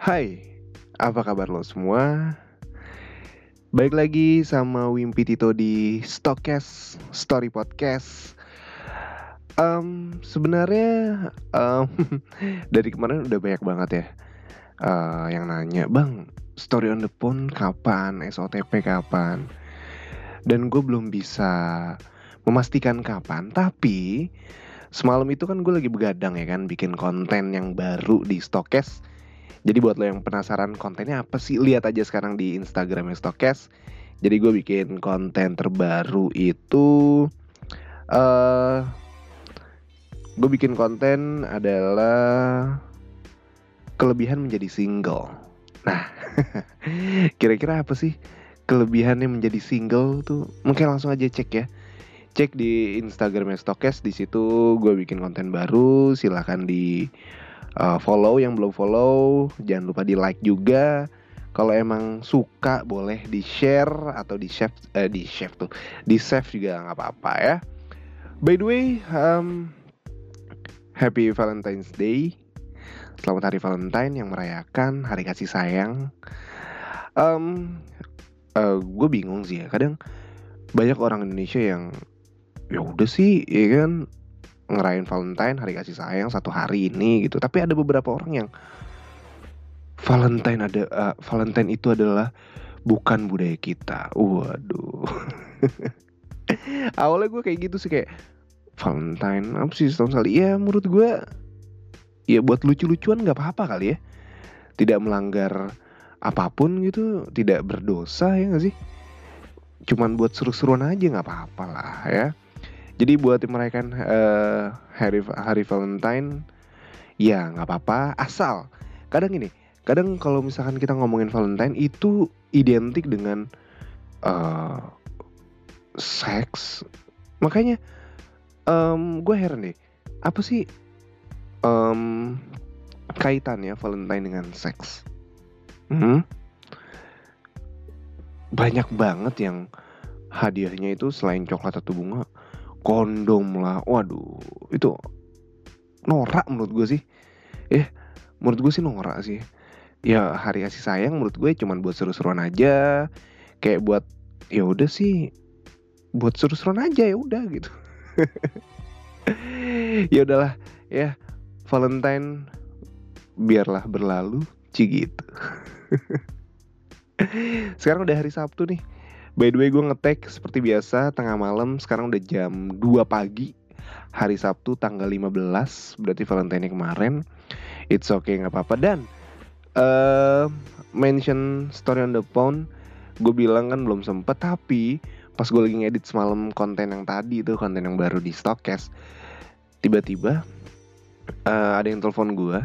Hai, apa kabar lo semua? Baik lagi sama Wimpi Tito di Stokes Story Podcast. Sebenarnya em, dari kemarin udah banyak banget ya yang nanya, Bang, Story on the Phone kapan? SOTP kapan? Dan gue belum bisa memastikan kapan. Tapi semalam itu kan gue lagi begadang ya kan, bikin konten yang baru di Stokes. Jadi buat lo yang penasaran kontennya apa sih, lihat aja sekarang di Instagramnya Stokes. Jadi gue bikin konten terbaru itu, eh gue bikin konten adalah kelebihan menjadi single. Nah, kira-kira apa sih kelebihannya menjadi single tuh? Mungkin langsung aja cek ya. Cek di Instagramnya Stokes, di situ gue bikin konten baru. Silahkan di follow yang belum follow, jangan lupa di like juga. Kalau emang suka boleh di share atau di save juga nggak apa-apa ya. By the way, Happy Valentine's Day. Selamat Hari Valentine yang merayakan Hari Kasih Sayang. Gue bingung sih ya, kadang banyak orang Indonesia yang ya udah sih, ya kan, ngerayain Valentine, Hari Kasih Sayang satu hari ini gitu. Tapi ada beberapa orang yang Valentine itu adalah bukan budaya kita. Waduh. Awalnya gue kayak gitu sih, kayak Valentine apa sih setahun sekali. Ya menurut gue ya buat lucu-lucuan gak apa-apa kali ya. Tidak melanggar apapun gitu, tidak berdosa ya gak sih. Cuman buat seru-seruan aja gak apa-apa lah ya. Jadi buat merayakan hari Valentine, ya gak apa-apa. Asal kadang kalau misalkan kita ngomongin Valentine itu identik dengan seks. Makanya gue heran deh, apa sih kaitannya Valentine dengan seks? Banyak banget yang hadiahnya itu selain coklat atau bunga, kondom lah. Waduh, itu norak menurut gue sih. Menurut gue sih norak sih. Ya hari kasih sayang menurut gue cuman buat seru-seruan aja. Kayak buat ya udah sih, buat seru-seruan aja ya udah gitu. Ya udahlah ya, Valentine biarlah berlalu gitu. Sekarang udah hari Sabtu nih. By the way, gue nge-tag seperti biasa tengah malam. Sekarang udah jam 2 pagi, hari Sabtu tanggal 15. Berarti Valentine kemarin. It's okay, gak apa-apa. Dan mention story on the phone, gue bilang kan belum sempet. Tapi pas gue lagi ngedit semalam konten yang tadi itu, konten yang baru di Stokes, tiba-tiba ada yang telepon gue.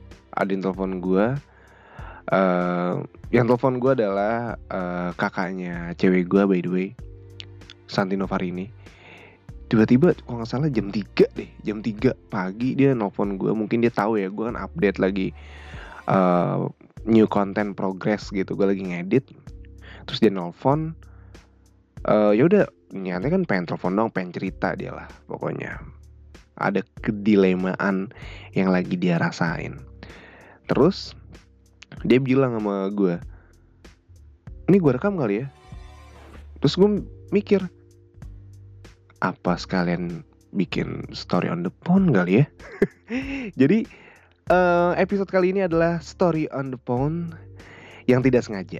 Yang telepon gue adalah kakaknya cewek gue, by the way, Santi Novarini. Tiba-tiba kalau gak salah jam 3 pagi dia nelfon gue. Mungkin dia tahu ya, gue kan update lagi new content progress gitu. Gue lagi ngedit, terus dia nelfon. Yaudah, nyatanya kan pengen telepon dong, pengen cerita dia lah. Pokoknya ada kedilemaan yang lagi dia rasain. Terus dia bilang sama gue, ini gue rekam kali ya. Terus gue mikir, apa sekalian bikin story on the phone kali ya. Jadi episode kali ini adalah story on the phone yang tidak sengaja.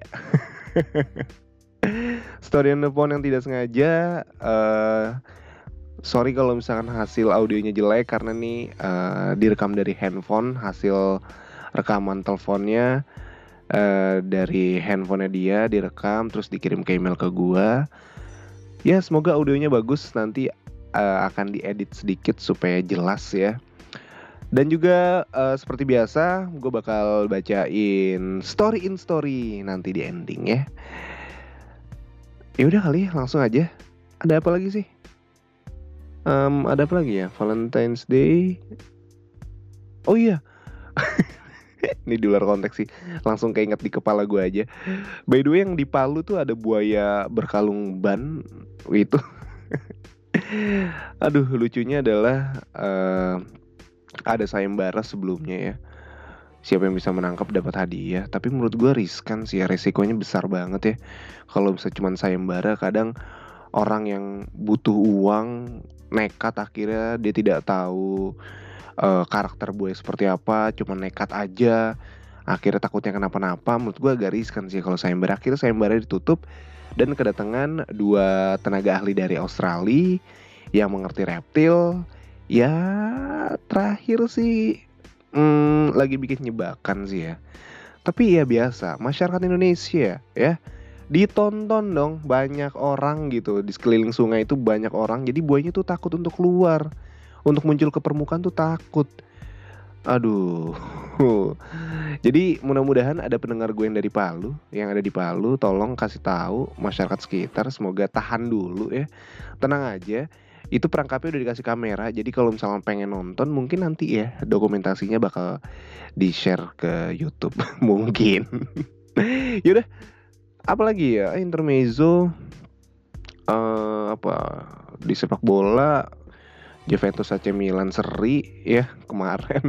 Story on the phone yang tidak sengaja. Sorry kalau misalkan hasil audionya jelek, karena nih direkam dari handphone. Hasil rekaman teleponnya dari handphonenya dia direkam, terus dikirim ke email ke gua. Ya semoga audionya bagus, nanti akan diedit sedikit supaya jelas ya. Dan juga seperti biasa, gue bakal bacain story in story nanti di ending ya. Ya udah kali, langsung aja. Ada apa lagi sih? Ada apa lagi ya? Valentine's Day. Oh iya. Ini di luar konteks sih, langsung keinget di kepala gue aja. By the way, yang di Palu tuh ada buaya berkalung ban itu. Aduh, lucunya adalah ada sayembara sebelumnya ya. siapa yang bisa menangkap dapat hadiah. Tapi menurut gue riskan sih ya, resikonya besar banget ya. Kalau bisa cuman sayembara, kadang orang yang butuh uang nekat, akhirnya dia tidak tahu karakter buaya seperti apa, cuma nekat aja, akhirnya takutnya kenapa-napa. Menurut gue agak riskan sih kalau sayembara. Akhirnya sayembara ditutup dan kedatangan dua tenaga ahli dari Australia yang mengerti reptil. Ya terakhir sih lagi bikin jebakan sih ya. Tapi ya biasa, masyarakat Indonesia ya ditonton dong banyak orang gitu di sekeliling sungai itu, banyak orang, jadi buayanya tuh takut untuk keluar, untuk muncul ke permukaan tuh takut. Aduh. Jadi mudah-mudahan ada pendengar gue yang dari Palu, yang ada di Palu, tolong kasih tahu masyarakat sekitar, semoga tahan dulu ya. Tenang aja. Itu perangkapnya udah dikasih kamera. Jadi kalau misalnya pengen nonton, mungkin nanti ya dokumentasinya bakal di-share ke YouTube mungkin. Yaudah, apalagi ya intermezzo, apa di sepak bola, Juventus AC Milan seri ya kemarin.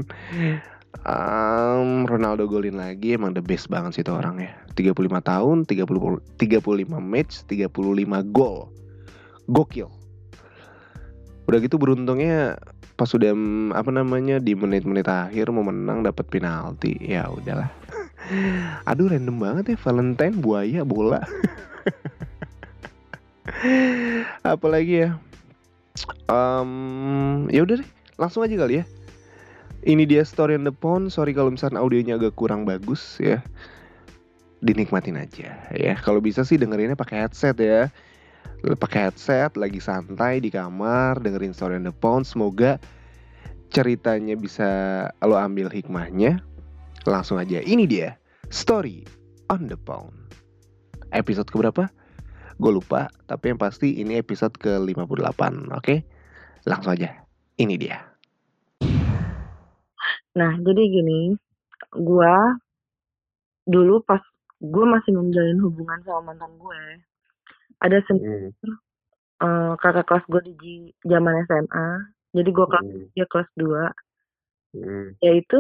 Ronaldo golin lagi, emang the best banget sih itu orang ya. 35 tahun, 35 match, 35 gol. Gokil. Udah gitu beruntungnya pas sudah apa namanya di menit-menit akhir mau menang dapat penalti. Ya udahlah. Aduh random banget ya, Valentine buaya bola. Apalagi ya? Ya udah deh, langsung aja kali ya. Ini dia Story on the Pond. Sorry kalau misalnya audionya agak kurang bagus ya. Dinikmatin aja ya. Kalau bisa sih dengerinnya pakai headset ya. Pakai headset lagi santai di kamar dengerin Story on the Pond. Semoga ceritanya bisa lo ambil hikmahnya. Langsung aja. Ini dia Story on the Pond. Episode keberapa? Gue lupa, tapi yang pasti ini episode ke-58. Oke? Langsung aja. Ini dia. Nah, jadi gini, gua dulu pas gue masih menjalin hubungan sama mantan gue, ada kakak kelas gue di zaman SMA, jadi gue kelas dia kelas 2, yaitu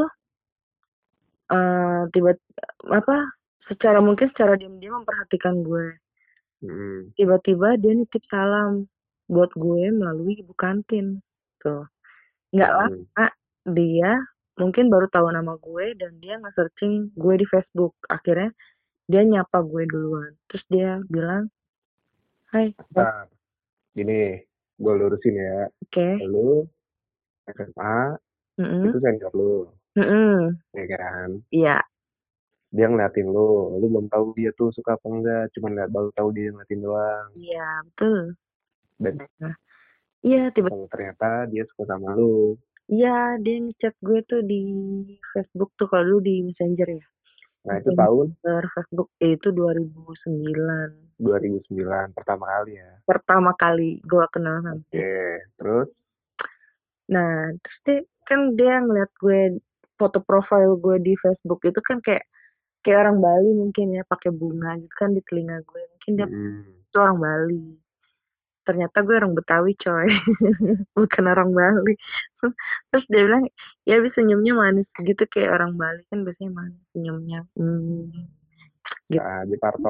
tiba apa secara mungkin secara diam-diam memperhatikan gue. Tiba-tiba dia nitip salam buat gue melalui ibu kantin. Tuh. Nggak lama dia mungkin baru tahu nama gue dan dia nge-searching gue di Facebook. Akhirnya dia nyapa gue duluan. Terus dia bilang, "Hai." Nah, gini, gue lurusin ya. Oke. Lu SMA, Mm-mm. itu senior lu, Mm-mm. ya kan? Iya, Dia ngeliatin lu belum tahu dia tuh suka apa enggak, cuma baru tahu dia ngeliatin doang. iya betul. Dan Nah, iya tiba ternyata dia suka sama lu. iya dia ngechat gue tuh di Facebook tuh kalau dulu di Messenger ya. Nah itu tahun Messenger Facebook itu 2009. 2009 pertama kali ya. Pertama kali gue kenal sama dia. Oke, terus Nah, terus dia ngeliat gue foto profile gue di Facebook itu kan kayak kayak orang Bali mungkin ya pakai bunga gitu kan di telinga gue. Mungkin dia itu orang Bali. Ternyata gue orang Betawi coy. Bukan orang Bali. Terus dia bilang ya bisa senyumnya manis gitu kayak orang Bali kan biasanya manis senyumnya. Gitu. di Parto.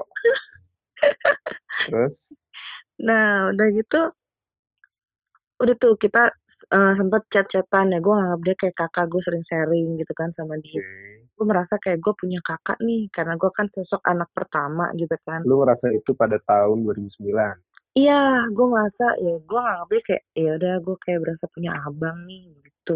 Terus Nah udah gitu udah tuh kita sempet chat-chatan ya gue nganggap dia kayak kakak, gue sering sharing gitu kan sama dia. Gue merasa kayak gue punya kakak nih karena gue kan sosok anak pertama gitu kan. lu ngerasa itu pada tahun 2009? Iya, gue merasa ya gue nganggap dia kayak ya udah gue kayak berasa punya abang nih gitu.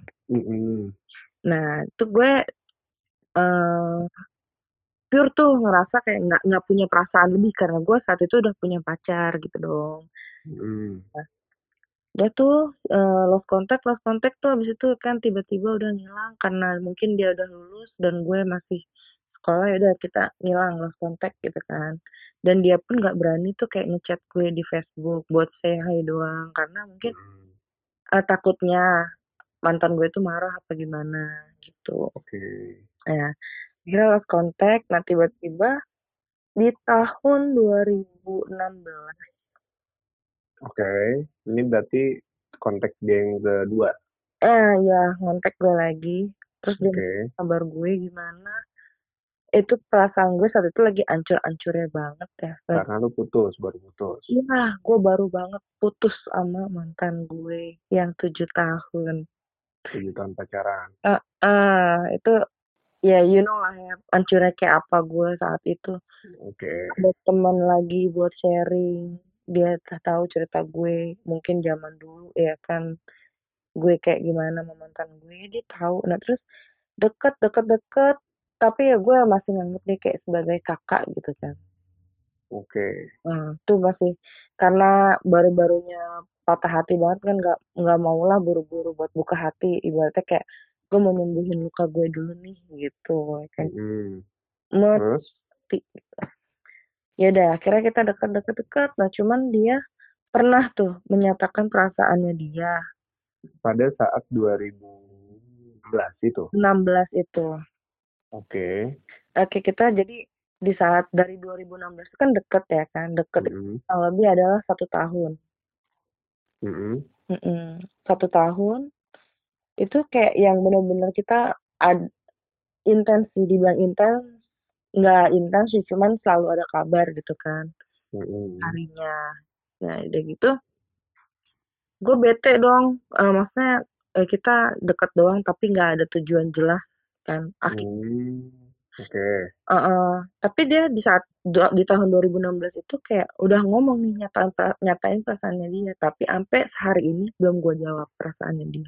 Nah itu gue eh pure tuh ngerasa kayak nggak punya perasaan lebih karena gue saat itu udah punya pacar gitu dong. Nah, dia tuh lost contact tuh abis itu kan tiba-tiba udah ngilang karena mungkin dia udah lulus dan gue masih sekolah, ya udah kita ngilang lost contact gitu kan. Dan dia pun nggak berani tuh kayak ngechat gue di Facebook buat say hi doang karena mungkin takutnya mantan gue tuh marah apa gimana gitu. Nah, akhirnya lost contact. Nah tiba-tiba di tahun 2016. Oke, ini berarti konteks dia yang kedua. Ya ngontak gue lagi. Terus dia nanya kabar gue gimana. Itu perasaan gue saat itu lagi ancur-ancurnya banget ya. Karena lu baru putus. Iya, gue baru banget putus sama mantan gue yang 7 tahun. 7 tahun pacaran. Itu ya you know lah ya, hancurnya kayak apa gue saat itu. Oke. Ada teman lagi buat sharing, dia tahu cerita gue, mungkin zaman dulu ya kan, gue kayak gimana sama mantan gue, dia tahu. Nah terus deket deket deket, tapi ya gue masih nganggep dia kayak sebagai kakak gitu kan. Oke. Tuh masih karena baru-barunya patah hati banget kan, nggak mau lah buru-buru buat buka hati, ibaratnya kayak gue mau nyembuhin luka gue dulu nih gitu ya kan. Terus Mati gitu. Ya udah akhirnya kita dekat-dekat, nah cuman dia pernah tuh menyatakan perasaannya dia pada saat 2016 itu. 16 itu. Oke. Oke, kita jadi di saat dari 2016 itu kan deket ya kan, deket kurang lebih adalah 1 tahun. 1 tahun itu kayak yang benar-benar kita intens sih, dibilang intens nggak intens sih, cuman selalu ada kabar gitu kan harinya. Nah udah gitu gue bete dong, maksudnya kita deket doang tapi nggak ada tujuan jelas kan. Oke. Tapi dia di saat di tahun 2016 itu kayak udah ngomong nih, nyatain perasaannya dia, tapi sampai sehari ini belum gue jawab perasaannya dia.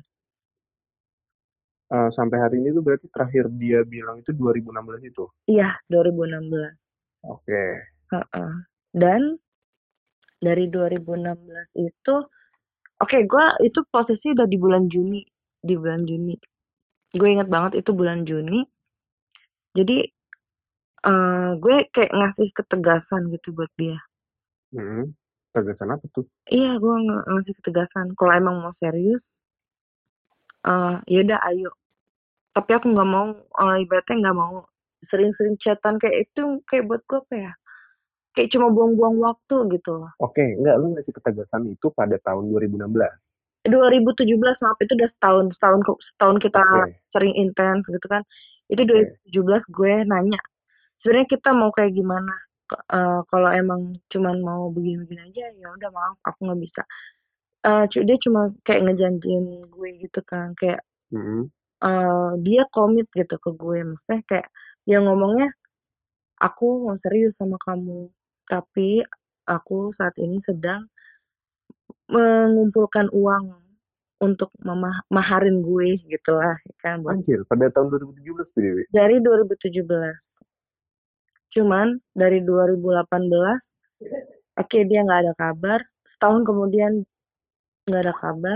Sampai hari ini tuh berarti terakhir dia bilang itu 2016 itu? Iya, 2016. Oke. Dan dari 2016 itu, oke, gue itu posisi udah di bulan Juni. Di bulan Juni. Gue inget banget itu bulan Juni. Jadi gue kayak ngasih ketegasan gitu buat dia. Ketegasan apa tuh? Iya, gue ngasih ketegasan. Kalau emang mau serius, yaudah ayo. Tapi aku nggak mau, ibaratnya nggak mau sering-sering chatan kayak itu, kayak buat gue apa ya? Kayak cuma buang-buang waktu gitu loh. Oke, enggak, lu ngasih ketegasan itu pada tahun 2016. 2017, maaf, itu udah setahun kita sering intens gitu kan. Itu 2017 gue nanya, sebenarnya kita mau kayak gimana? Kalau emang cuman mau begini-begini aja, ya udah maaf, aku nggak bisa. Dia cuma kayak ngejanjiin gue gitu kan, kayak dia komit gitu ke gue, maksudnya kayak dia ngomongnya, aku mau serius sama kamu, tapi aku saat ini sedang mengumpulkan uang untuk maharin gue gitulah kan. Anjir, pada tahun 2017 tuh Dewi? Dari 2017. Cuman dari 2018, oke, dia nggak ada kabar. Setahun kemudian nggak ada kabar.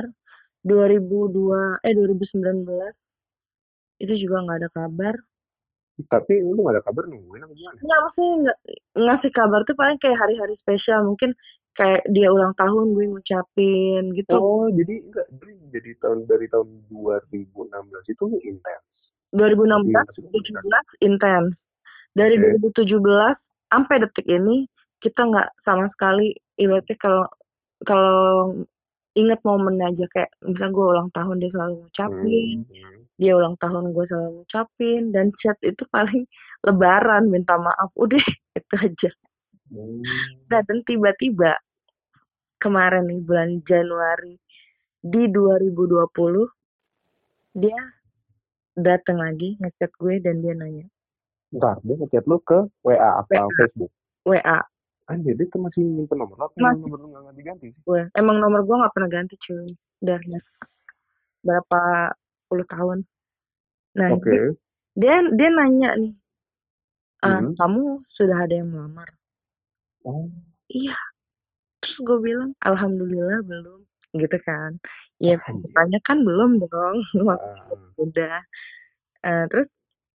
2019 itu juga nggak ada kabar. Tapi lu nggak ada kabar nungguin apa gimana? Nggak, maksudnya nggak ngasih kabar tuh paling kayak hari-hari spesial, mungkin kayak dia ulang tahun gue ngucapin gitu. Oh, jadi enggak, jadi dari tahun 2016 itu lu intens. 2016, 2017 intens. Dari 2017 sampai detik ini kita nggak sama sekali, ibaratnya kalau inget momen aja, kayak misalnya gue ulang tahun dia selalu ngucapin, dia ulang tahun gue selalu ngucapin, dan chat itu paling lebaran minta maaf, udah itu aja. Nah, dan tiba-tiba kemarin nih bulan Januari di 2020 dia datang lagi ngechat gue dan dia nanya. Bentar, dia ngechat lu ke WA apa Facebook? WA. Anjir, dia tuh masih nyimpen nomor lo, emang nomor lu gak diganti sih? Emang nomor gue gak pernah ganti cuy, udah berapa puluh tahun. Nah, dia nanya nih, kamu sudah ada yang melamar? Iya. Terus gue bilang, alhamdulillah belum, gitu kan. Ya banyak kan belum dong. Udah. Terus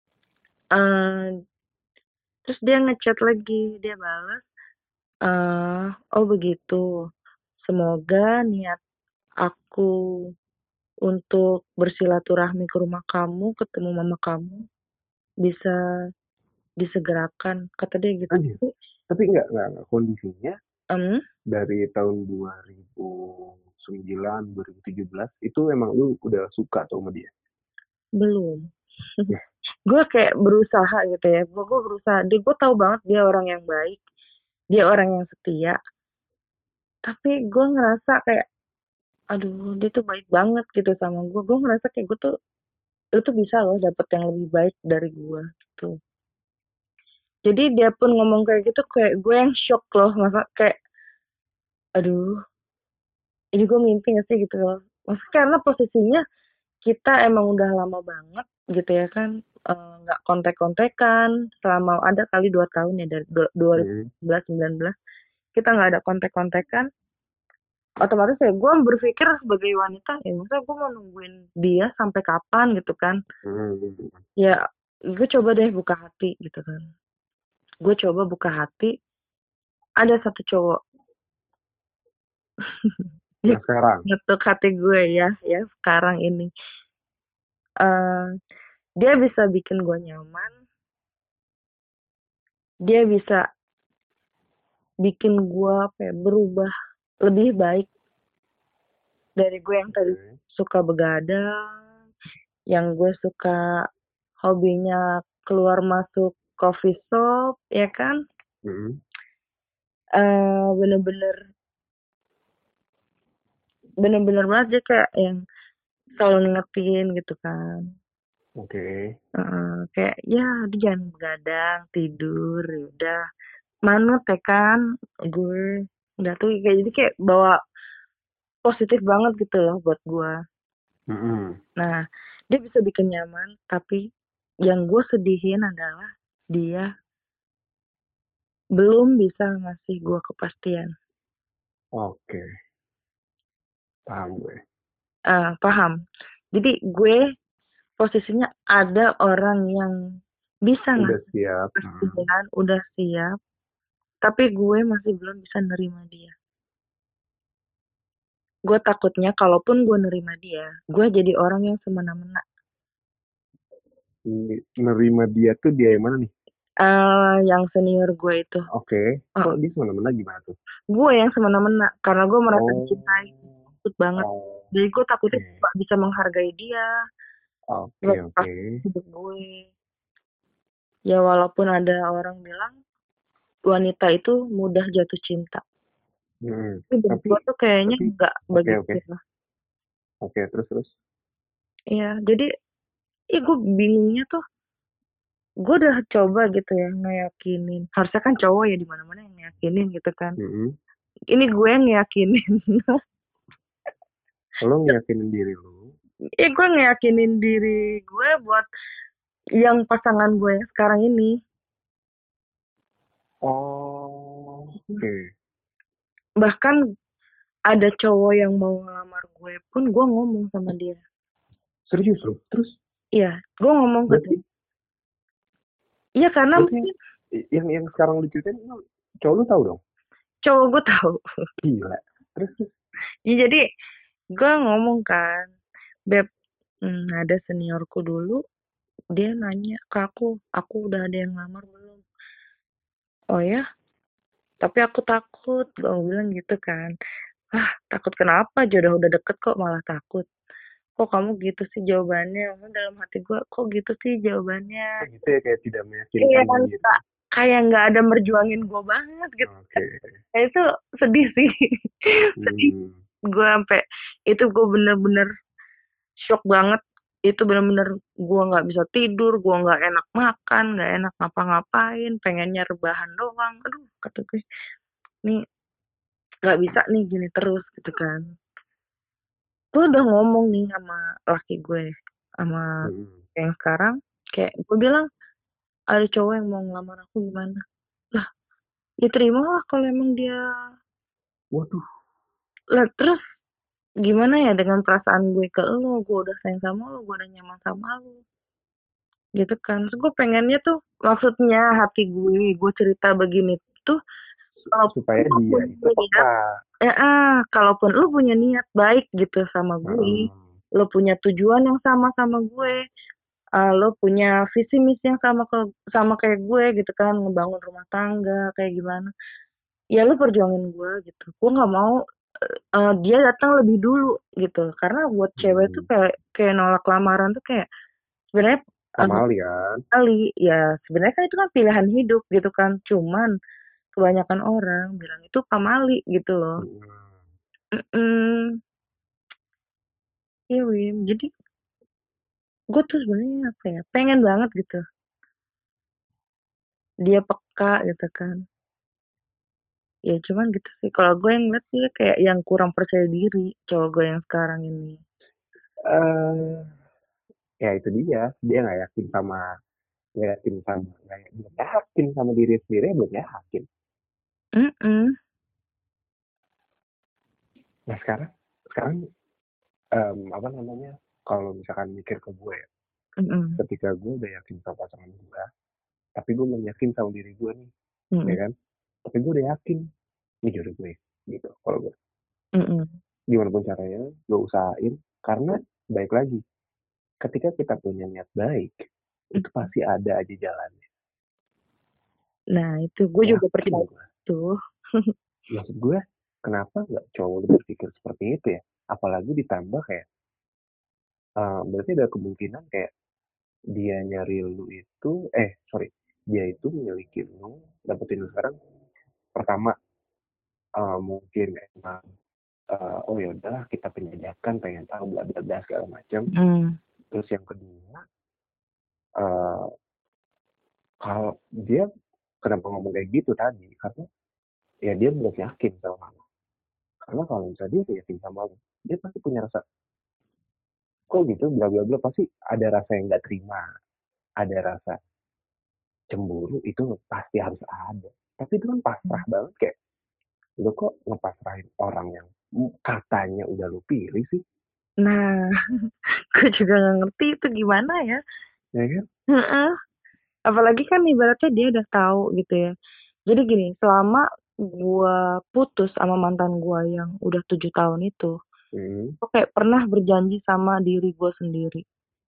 dia ngechat lagi, dia balas, oh begitu, semoga niat aku untuk bersilaturahmi ke rumah kamu, ketemu mama kamu, bisa disegerakan, kata dia gitu. Tapi enggak, kondisinya dari tahun 2009, 2017 itu emang lu udah suka tuh sama dia? Belum. Gue kayak berusaha gitu ya, gue berusaha, gue tahu banget dia orang yang baik, dia orang yang setia, tapi gue ngerasa kayak, aduh dia tuh baik banget gitu sama gue ngerasa kayak gue tuh, lu tuh bisa loh dapet yang lebih baik dari gue gitu. Jadi dia pun ngomong kayak gitu, kayak gue yang shock loh, masa kayak, aduh, ini gue mimpi gak sih gitu loh. Maksudnya karena posisinya kita emang udah lama banget gitu ya kan, nggak kontek-kontekan selama ada kali 2 tahun ya dari 2019 19 kita nggak ada kontek-kontekan. Otomatis ya gue berpikir sebagai wanita ya masa gue mau nungguin dia sampai kapan gitu kan. Ya gue coba deh buka hati gitu kan, gue coba buka hati, ada satu cowok dia Yang sekarang. ngetuk hati gue ya sekarang ini. eh Dia bisa bikin gue nyaman, dia bisa bikin gue apa ya, berubah lebih baik dari gue yang tadi suka begadang, yang gue suka hobinya keluar masuk coffee shop, ya kan? Bener-bener bener-bener banget dia kayak yang selalu ngingetin gitu kan. Kayak ya dia jangan begadang, tidur, ya udah manut ya kan, gue udah tuh kayak jadi kayak bawa positif banget gitu loh buat gue. Nah, dia bisa bikin nyaman, tapi yang gue sedihin adalah dia belum bisa ngasih gue kepastian. Oke, paham gue. Paham. Jadi gue posisinya ada orang yang bisa Udah ngasih siap. kepastian, udah siap, tapi gue masih belum bisa nerima dia. Gue takutnya kalaupun gue nerima dia, gue jadi orang yang semena-mena. Nerima dia tuh dia yang mana nih? Yang senior gue itu. Oke. Kok dia semena-mena gimana tuh? Gue yang semena-mena karena gue merasa dicintai, takut banget. Jadi gue takutnya gak bisa menghargai dia, lepas hidup gue. Ya walaupun ada orang bilang wanita itu mudah jatuh cinta, tapi gue tuh kayaknya nggak begitu lah. Oke, terus. Iya, jadi gue bingungnya tuh, gue udah coba gitu ya ngeyakinin. Harusnya kan cowok ya di mana-mana yang ngeyakinin gitu kan. Ini gue yang ngeyakinin. Lo ngeyakinin diri lo? Gue ngeyakinin diri gue buat yang pasangan gue yang sekarang ini. Oke. Bahkan ada cowok yang mau ngelamar gue pun gue ngomong sama dia. Serius lo? Terus? Iya, gue ngomong ke dia. Iya karena mungkin yang sekarang diceritain cowok lu tahu dong? Cowok gue tahu. Gila. Terus? Ya, jadi gue ngomong kan, Beb, ada seniorku dulu, dia nanya ke aku udah ada yang ngelamar belum? Oh ya? Tapi aku takut, gue bilang gitu kan. Takut kenapa? Jodoh udah deket kok malah takut. Kok kamu gitu sih jawabannya? Dalam hati gue, kok gitu sih jawabannya? Gitu ya, kayak tidak meyakinkan gitu. Kayak nggak ada merjuangin gue banget gitu. Kayak itu sedih sih. Sedih. Gue sampai itu gue bener-bener shock banget. Itu bener-bener gue nggak bisa tidur, gue nggak enak makan, nggak enak ngapa-ngapain, pengennya rebahan doang. Aduh, kata gue, nih nggak bisa nih gini terus gitu kan. Gue udah ngomong nih sama laki gue, sama yang sekarang, kayak gue bilang ada cowok yang mau ngelamar aku gimana? Lah, ya terima lah kalau emang dia. Waduh. Lah terus gimana ya dengan perasaan gue ke lo, gue udah sayang sama lo, gue udah nyaman sama lo. Gitu kan. Terus gue pengennya tuh, maksudnya hati gue cerita begini tuh, supaya dia itu peka. Kalaupun lu punya niat baik gitu sama gue, lo punya tujuan yang sama sama gue, lo punya visi misi yang sama kayak gue gitu kan, ngebangun rumah tangga kayak gimana, ya lo perjuangin gue gitu. Gue nggak mau dia datang lebih dulu gitu, karena buat cewek tuh kayak nolak lamaran tuh kayak sebenarnya Pamali kan? kali ya sebenarnya kan itu kan pilihan hidup gitu kan, cuman kebanyakan orang bilang itu pamali gitu loh. Mm-mm. Iya Wim, jadi gue tuh sebenarnya apa ya, pengen banget gitu dia peka gitu kan. Ya cuman gitu sih, kalau gue yang ngeliat sih kayak yang kurang percaya diri cowok gue yang sekarang ini. eh Ya itu dia nggak yakin sama belum yakin sama diri sendiri, belum yakin. Mm-mm. Nah sekarang sekarang apa namanya, kalau misalkan mikir ke gue ya, Mm-mm. ketika gue udah yakin sama pasangan gue, tapi gue belum yakin sama diri gue nih, ya Mm-mm. kan? Tapi gue udah yakin ini jodoh gue, gitu. Kalau gue, Mm-mm. gimana pun caranya, gue usahain. Karena baik lagi, ketika kita punya niat baik, itu Mm. pasti ada aja jalannya. Nah itu gue juga Yakin percaya gue. tuh. Maksud gue, kenapa nggak cowok berpikir seperti itu ya? Apalagi ditambah kayak, berarti ada kemungkinan kayak dia nyari lu itu, sorry, dia itu memiliki lu, dapetin lu sekarang. Pertama, mungkin emang, oh ya udahlah kita penjajakan, pengen tahu bla bla bla segala macam. Mm. Terus yang kedua, eh, kalau dia kenapa ngomong kayak gitu tadi? Karena ya dia belum yakin sama lu. Karena kalau misalnya dia udah yakin sama lu, dia pasti punya rasa, kok gitu bla bla bla, pasti ada rasa yang nggak terima, ada rasa cemburu, itu pasti harus ada. Tapi itu kan pasrah banget, kayak lu kok ngepasrahin orang yang katanya udah lu pilih sih, Nah, gue juga nggak ngerti itu gimana ya. ya kan? Heeh. Apalagi kan ibaratnya dia udah tahu gitu ya. Jadi gini, selama gue putus sama mantan gue yang udah 7 tahun itu, Hmm. gue kayak pernah berjanji sama diri gue sendiri.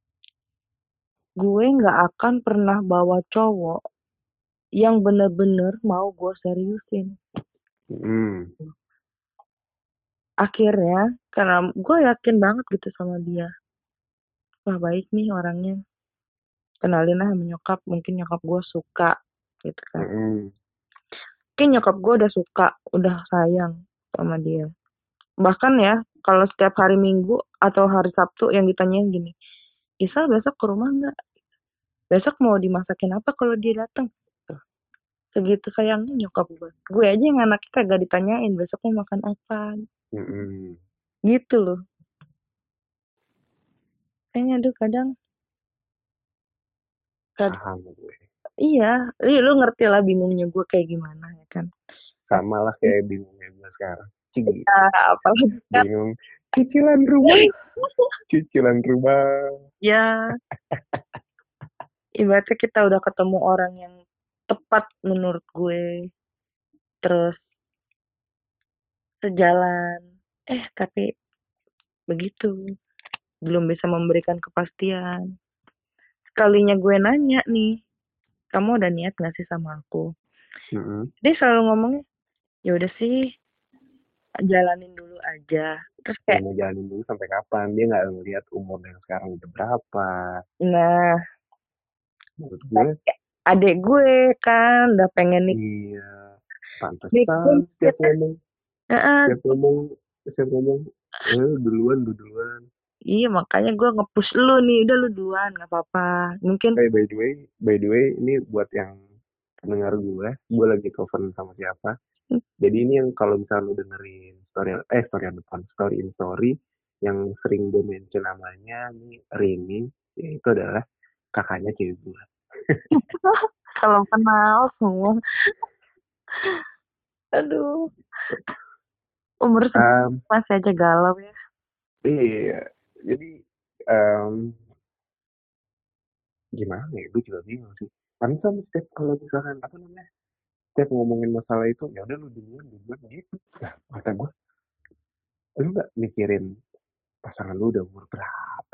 Gue nggak akan pernah bawa cowok yang bener-bener mau gue seriusin. Hmm. Akhirnya, karena gue yakin banget gitu sama dia. Wah baik nih orangnya. Kenalin lah sama nyokap, mungkin nyokap gue suka gitu kan. Hmm. Mungkin nyokap gue udah suka, udah sayang sama dia. Bahkan ya, kalau setiap hari Minggu atau hari Sabtu yang ditanyain gini, Isal besok ke rumah nggak? Besok mau dimasakin apa kalau dia datang? Tuh, segitu sayangnya nyokap gue. Gue aja yang anaknya kagak ditanyain besok mau makan apa. Hmm. Gitu loh. Kayaknya aduh kadang, Paham gue. iya, iya lu ngerti lah bingungnya gue kayak gimana ya kan. Sama lah kayak bingungnya gue sekarang. Cing, Ya, apalagi kan, bingung. Cicilan rumah, cicilan rumah. ya ibaratnya kita udah ketemu orang yang tepat menurut gue, terus sejalan, tapi begitu, belum bisa memberikan kepastian. Sekalinya gue nanya nih, kamu ada niat gak sih sama aku? Hmm. Dia selalu ngomongnya, ya udah sih, jalanin dulu aja. Terus Ya kayak, mau jalanin dulu sampai kapan? Dia nggak ngelihat umur yang sekarang udah berapa. nah, Menurut gue, kayak adek gue kan udah pengen nih. iya, Nih gue pantesan mikir, "Heeh, setiap ngomong, setiap ngomong, duluan, lu duluan. iya makanya gue nge-push lu nih, udah lu duluan, gak apa-apa. Mungkin, By the way, ini buat yang pendengar gue lagi cover sama siapa. Jadi ini yang kalau misalnya lu dengerin story on the phone, story in story, yang sering gue mention namanya, nih Rini, ya itu adalah kakaknya cewek gue. kalau kenal semua, aduh, umur segini Um, masih aja galau ya. iya, jadi um, gimana ya, gue juga bingung sih. Pantesan setiap kalau misalkan apa namanya, setiap ngomongin masalah itu, ya udah lu duluan gitu. Nah, kata gue, lu nggak mikirin pasangan lu udah umur berapa?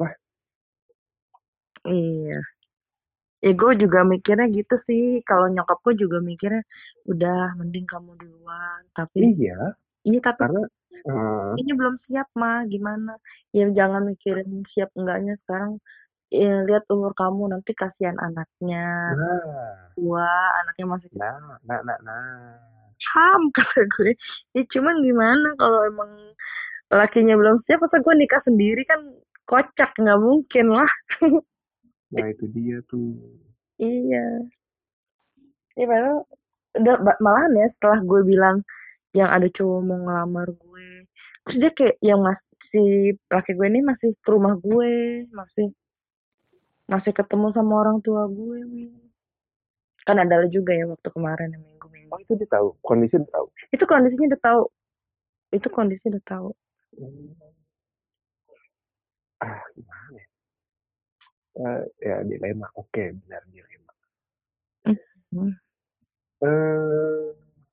Iya. Ya gue juga mikirnya gitu sih. Kalau nyokap gue juga mikirnya, udah mending kamu duluan. Tapi, Iya, iya tapi karena eh, ini belum siap mah. Gimana? Ya jangan mikirin siap enggaknya sekarang. ya, lihat umur kamu nanti kasihan anaknya Nah, tua, anaknya masih nah. ham kata gue. Ya cuman gimana kalau emang lakinya belum siap, masa gue nikah sendiri kan kocak, nggak mungkin lah. Nah itu dia tuh. Iya, ya padahal udah malahan ya setelah gue bilang yang ada cowok mau ngelamar gue, terus dia kayak yang masih laki gue ini masih ke rumah gue, masih masih ketemu sama orang tua gue, Win. Kan ada juga ya waktu kemarin yang minggu-minggu Oh itu dia tahu, kondisi dia tahu. itu kondisinya udah tahu, itu kondisi udah tahu. Hmm. Ah gimana ya? Ya dilema, oke benar dilema. Hmm. Eh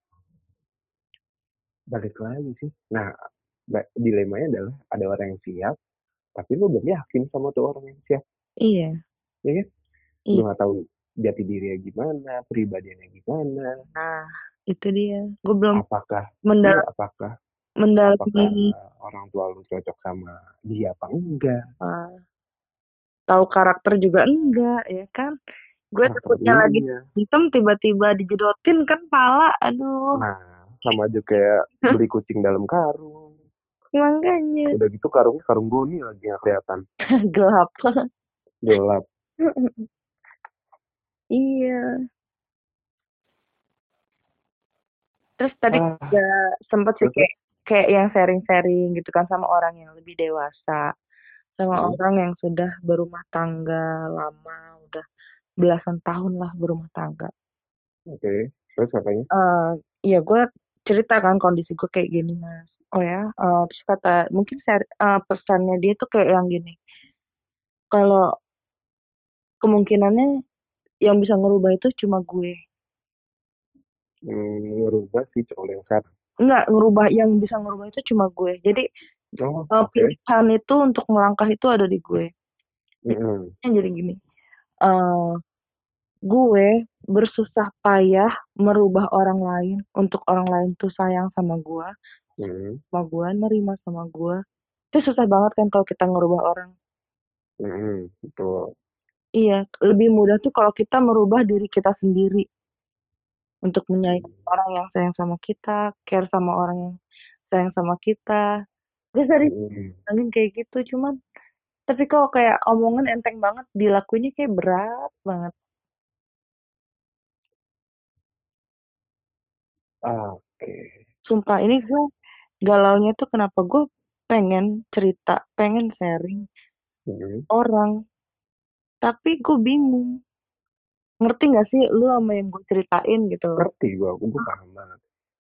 balik lagi sih. Nah dilemanya adalah ada orang yang siap, tapi lu belum yakin sama tuh orang yang siap, Iya, ya kan? Lu iya. nggak tahu jati dirinya gimana, pribadiannya gimana, Nah, itu dia. Gue belum apakah iya mendal apakah mendalami orang tua lu cocok sama dia apa enggak, tahu karakter juga enggak, ya kan? Gue karakter takutnya lagi dia. hitam tiba-tiba dijedotin kan pala, aduh. Nah sama aja kayak beli kucing dalam karung. Makanya Udah gitu karungnya karung goni lagi nggak kelihatan, gelap. gelap. Iya. Terus tadi Ah juga sempet sih terus terus. kayak kayak yang sharing-sharing gitu kan sama orang yang lebih dewasa, sama Hmm, orang yang sudah berumah tangga lama, udah belasan tahun lah berumah tangga. oke. Terus katanya. Eh, iya gue cerita kan kondisi gue kayak gini mas. Oh ya, terus kata mungkin pesannya dia tuh kayak yang gini. Kalau kemungkinannya yang bisa ngerubah itu cuma gue. Ngerubah si cowok yang sekarang. Enggak, ngerubah yang bisa ngerubah itu cuma gue. Jadi Oh oke. pilihan itu untuk melangkah itu ada di gue. Mm-mm. Jadi gini, eh gue bersusah payah merubah orang lain untuk orang lain tuh sayang Mm-mm. sama gue, nerima sama gue. Itu susah banget kan kalau kita ngerubah orang. Mm-mm. Betul. Iya, lebih mudah tuh kalau kita merubah diri kita sendiri untuk menyayangi Mm. orang yang sayang sama kita, care sama orang yang sayang sama kita. Gue dari Mm-mm. angin kayak gitu, cuman tapi kalau kayak omongan enteng banget, dilakuinnya kayak berat banget. Oke. Sumpah, ini gue galaunya tuh kenapa gue pengen cerita, pengen sharing Mm-mm. orang, tapi gue bingung. Ngerti gak sih lu sama yang gue ceritain gitu loh? Ngerti gue paham banget.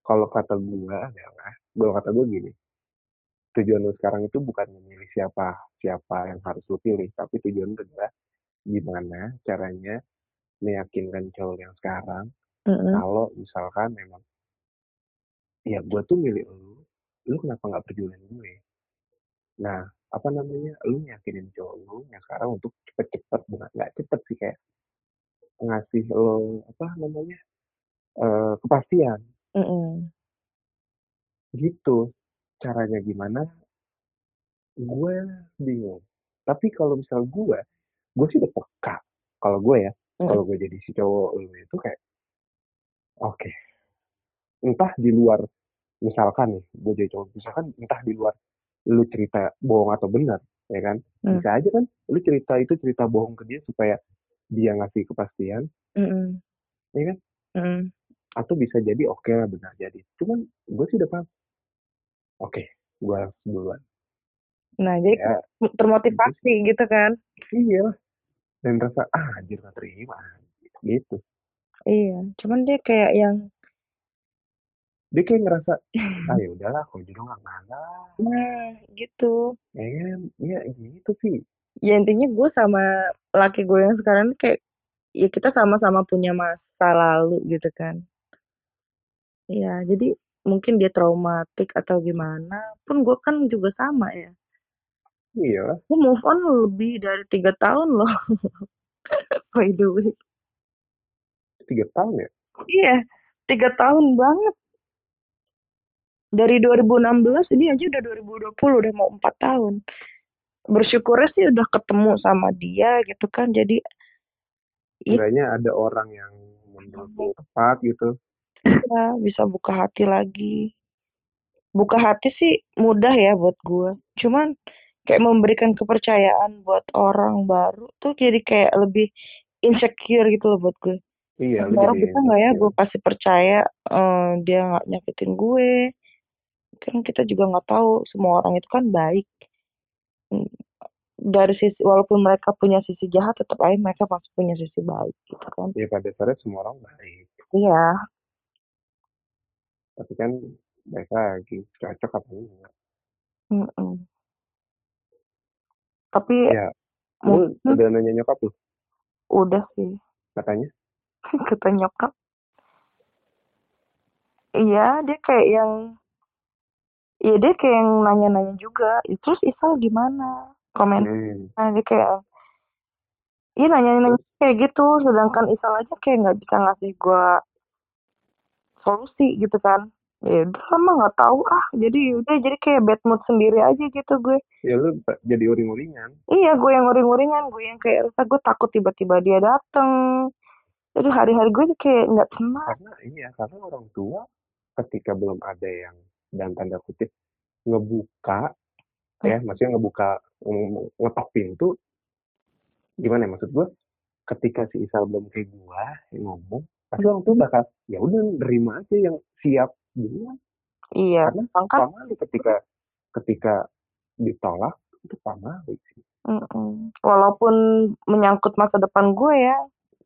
Kalau kata gue gini, tujuan lu sekarang itu bukan memilih siapa siapa yang harus lu pilih, tapi tujuan lu adalah gimana caranya meyakinkan cowok yang sekarang Mm-mm, kalau misalkan memang ya gue tuh milih lu kenapa nggak perjuangin gue? Nah, apa namanya, lu yakinin cowok lu yang sekarang untuk cepet-cepet, bukan nggak cepet sih, kayak ngasih lo apa namanya, kepastian mm-mm, gitu. Caranya gimana? Gue bingung. Tapi kalau misal gue sih udah peka. Kalau gue ya, mm-mm, kalau gue jadi si cowok lu itu kayak, oke, entah di luar, misalkan nih, gue jadi cowok, misalkan entah di luar lu cerita bohong atau benar, ya kan? Bisa aja kan, lu cerita bohong ke dia supaya dia ngasih kepastian, mm-mm, ya kan? mm-mm. Atau bisa jadi oke lah benar jadi. Cuman gue sih udah paham. Oke, gue harus duluan. Nah, jadi Ya, gitu sih. termotivasi gitu kan? Iya. Dan rasa, anjir gak terima. Gitu. Iya, cuman dia kayak yang, Dia kayak ngerasa, ya udahlah, kalau jodoh gak ngalah. nah gitu. Ya kan? Ya gitu sih. Ya intinya gue sama laki gue yang sekarang ini kayak, ya kita sama-sama punya masa lalu gitu kan. Ya, jadi mungkin dia traumatik atau gimana, pun gue kan juga sama ya. Iya, Gue move on lebih dari 3 tahun loh, by the way. 3 tahun ya. Iya, 3 tahun banget. Dari 2016 ini aja udah 2020, udah mau 4 tahun. bersyukurnya sih udah ketemu sama dia gitu kan, jadi itu Kiranya ada orang yang menurutmu tepat gitu. bisa buka hati lagi. Buka hati sih mudah ya buat gue, cuman kayak memberikan kepercayaan buat orang baru tuh jadi kayak lebih insecure gitu loh buat gue. Iya, Ini lu orang jadi bisa nggak ya gue insecure. pasti percaya dia nggak nyakitin gue. Kan kita juga nggak tahu semua orang itu kan baik. Hmm, dari sisi walaupun mereka punya sisi jahat tetap aja mereka pasti punya sisi baik gitu kan. Ya pada dasarnya semua orang baik. Iya. Tapi kan baik lagi, cocok apa enggak. Mm-mm. Tapi Ya, lu mungkin udah nanya nyokap lu, udah sih katanya. kata nyokap. Iya dia kayak yang iya dia kayak yang nanya-nanya juga. Terus Isal gimana? Komen. Hmm. Nah dia kayak iya nanya-nanya Terus, kayak gitu. Sedangkan Isal aja kayak nggak bisa ngasih gua solusi gitu kan. Ya udah sama nggak tahu ah. Jadi udah jadi kayak bad mood sendiri aja gitu gue. ya lu jadi uring-uringan. Iya gue yang uring-uringan, gue yang kayak rasa gue takut tiba-tiba dia dateng. Jadi hari-hari gue tuh kayak nggak tenang. Karena ini ya, karena orang tua ketika belum ada yang dan tanda kutip ngebuka, ya maksudnya ngebuka, ngetok pintu, gimana ya maksud gue, ketika si Isal belum kayak gua yang ngomong, pasti orang tuh bakal ya udah nerima aja yang siap duluan. Iya, Karena kan? pamali ketika ketika ditolak itu pamali sih. Walaupun menyangkut masa depan gue ya,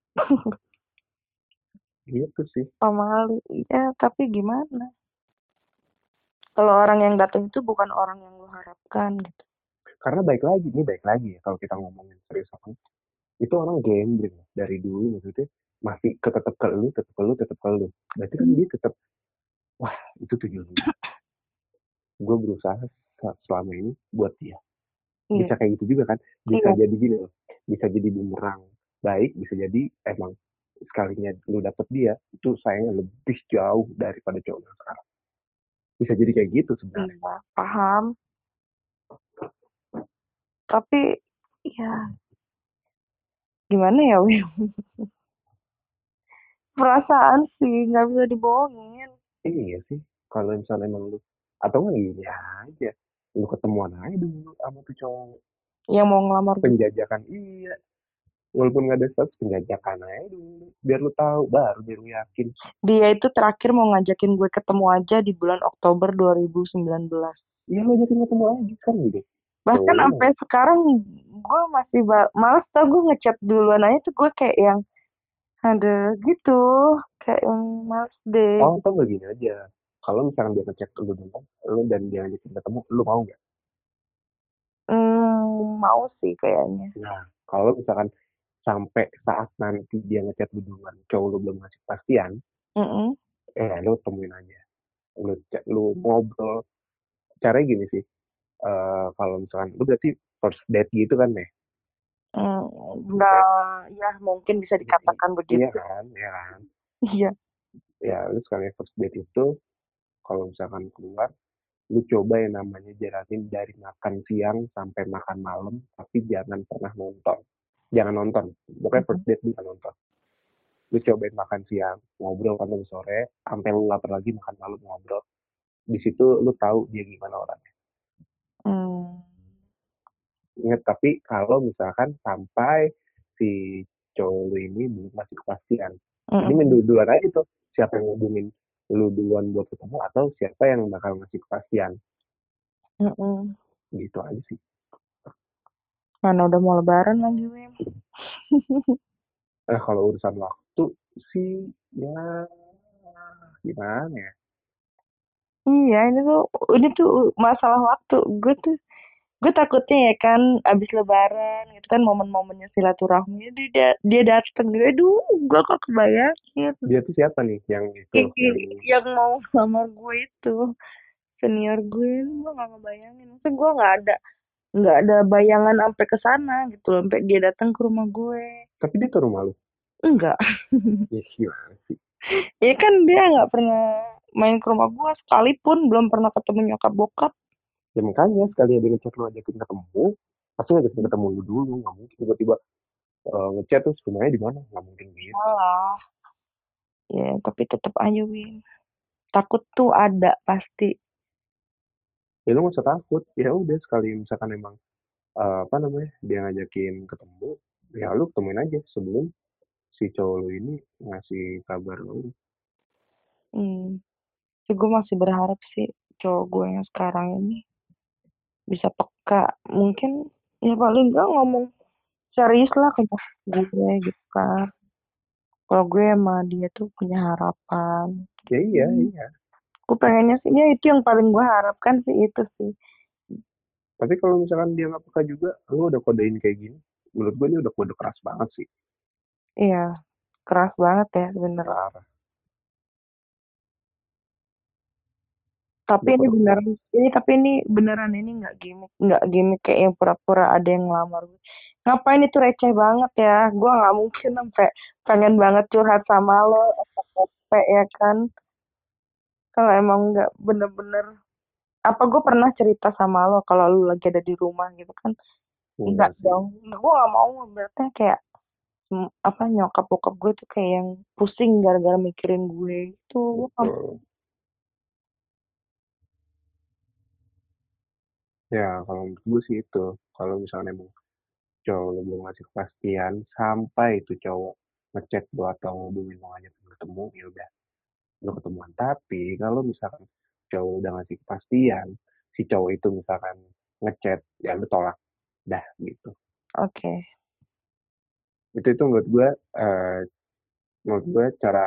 Gitu sih. sama kali. Ya, tapi gimana? Kalau orang yang datang itu bukan orang yang lo harapkan gitu. Karena baik lagi, ini baik lagi ya kalau kita ngomongin serius apa. Itu orang gambling dari dulu maksudnya masih tetap ke lu, tetap ke lu, tetap ke lu. Berarti kan dia tetap, wah itu tujuan gue berusaha selama ini buat dia. Iya, Bisa kayak gitu juga kan, bisa iya, jadi gini loh, bisa jadi bumerang baik, bisa jadi emang sekalinya lu dapet dia itu sayangnya lebih jauh daripada cowok yang sekarang, bisa jadi kayak gitu sebenarnya. iya, paham. Tapi, ya gimana ya, Wim? Perasaan sih, nggak bisa dibohongin. Iya sih, kalau misalnya emang lu atau nggak gini aja, lu ketemuan aja dulu sama tuh cowok, Yang mau ngelamar gue. penjajakan, iya, walaupun nggak ada status, penjajakan aja dulu biar lu tahu, baru biar lu yakin. Dia itu terakhir mau ngajakin gue ketemu aja di bulan Oktober 2019. Iya lu ajakin ketemu lagi kan gitu, Bahkan cowok lu sampai sekarang gue masih males tau gue ngechat duluan aja tuh gue kayak yang ada gitu. Kayak yang males deh. oh atau nggak gini aja, kalau misalkan dia ngechat lu dulu, lu dan dia ngajakin ketemu, lu mau nggak? Mau sih kayaknya. Nah, kalau misalkan sampai saat nanti dia ngechat lu duluan, cowok lu belum ngasih kepastian, Mm-mm. lu temuin aja, lu ngobrol. Caranya gini sih, kalau misalkan lu berarti first date gitu kan ya? Nggak, Ya, ya mungkin bisa dikatakan iya begitu. kan, iya kan. Iya. Ya, lu sekali first date itu, kalau misalkan keluar, lu coba yang namanya jalanin dari makan siang sampai makan malam, tapi jangan pernah nonton. Jangan nonton. Pokoknya first Mm-mm. date bisa nonton. Lu cobain makan siang, ngobrol kan lu sore, sampai lu lapar lagi makan malam ngobrol. Di situ lu tahu dia gimana orangnya. Hmm. Ingat tapi kalau misalkan sampai si cowok lu ini belum masih kepastian, ini Mm-mm. duluan aja tuh siapa yang ngubungin lu duluan buat ketemu atau siapa yang bakal ngasih kepastian, Mm-mm. gitu aja sih. Mana udah mau lebaran lagi, Wim. Kalau urusan waktu sih ya gimana ya. Iya, ini tuh masalah waktu. Gue takutnya ya kan abis lebaran gitu kan momen-momennya silaturahmi dia dateng gitu. Aduh, gue kok kebayangin. Dia tuh siapa nih yang itu Kiki yang yang mau ngelamar gue itu senior gue, gue nggak ngebayangin. Maksudnya gue nggak ada bayangan sampai ke sana gitu loh, sampai dia datang ke rumah gue. tapi dia ke rumah lu, Enggak. ya gimana sih. Ya kan dia nggak pernah main ke rumah gue sekalipun, belum pernah ketemu nyokap bokap. Ya makanya sekali dia ngechat lu ajakin ketemu, pasti ngajakin ketemu lu dulu, nggak mungkin tiba-tiba ngechat terus rumahnya di mana, nggak mungkin gitu. Salah. Ya, tapi tetap aja, Win. Takut tuh ada pasti. Ya lu nggak usah takut, ya udah sekali misalkan emang apa namanya dia ngajakin ketemu, ya lu ketemuin aja sebelum si cowok lu ini ngasih kabar lu. Hmm. Tapi gue masih berharap sih cowok gue yang sekarang ini bisa peka. Mungkin ya paling gak ngomong serius lah ke gue gitu kan. Kalau gue sama dia tuh punya harapan. Ya iya Hmm. iya. Gue pengennya sih ya itu yang paling gue harapkan sih itu sih. Tapi kalau misalkan dia nggak peka juga, lu udah kodein kayak gini, menurut gue ini udah kode keras banget sih. Iya, keras banget ya sebenarnya. Parah. Tapi Udah ini kode keras. beneran, ini beneran ini nggak gimmick kayak yang pura-pura ada yang ngelamar gue. Ngapain itu receh banget ya? Gue nggak mungkin sampai pengen banget curhat sama lo, capek ya kan? Kalau emang nggak bener-bener, apa gue pernah cerita sama lo kalau lu lagi ada di rumah gitu kan? Enggak Enggak sih. dong, gue nggak mau berarti kayak apa nyokap bokap gue tuh kayak yang pusing gara-gara mikirin gue itu. Gue nggak Betul. Ya kalau menurut gue sih itu. Kalau misalnya emang cowok lu belum ngasih kepastian sampai itu cowok ngechat lu atau ngubungin mau ngajak ketemu, ya udah lu ketemuan. Tapi kalau misalkan cowok udah ngasih kepastian, si cowok itu misalkan ngechat, ya lu tolak dah gitu. oke. Itu eh, menurut gue cara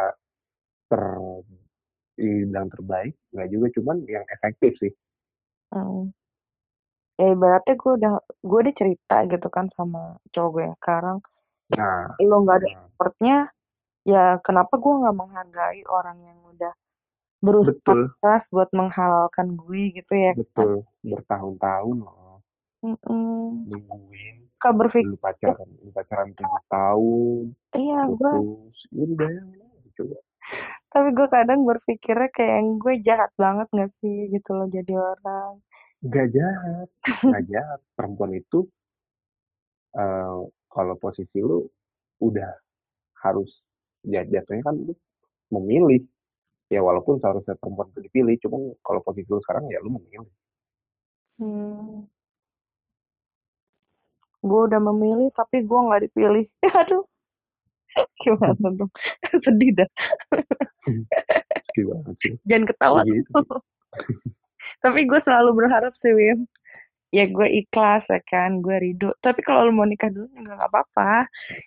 terbilang terbaik, nggak juga, cuman yang efektif sih. Hmm. Ya ibaratnya gue udah cerita gitu kan sama cowok gue yang sekarang, Nah, lo nggak ada nah, effortnya, ya kenapa gue nggak menghargai orang yang udah berusaha betul, keras buat menghalalkan gue gitu ya kan. betul. Bertahun-tahun loh Mm-mm. nungguin, Suka berpikir, lu pacaran 7 tahun, iya gue, putus, lu bayangin aja coba. tapi gue kadang berpikirnya kayak yang gue jahat banget gak sih gitu loh jadi orang. Nggak jahat, nggak jahat. Perempuan itu eh, kalau posisi lu udah harus jatuhnya kan lu memilih. Ya walaupun seharusnya perempuan itu dipilih, cuman kalau posisi lu sekarang ya lu memilih. Hmm. Gue udah memilih tapi gue nggak dipilih. Aduh, gimana dong? Sedih dah. Sedih banget sih. Jangan Ya ketawa gitu tuh. sih. Tapi gue selalu berharap sih, Wim. Ya gue ikhlas ya kan, gue ridho. Tapi kalau lu mau nikah dulu juga nggak apa-apa.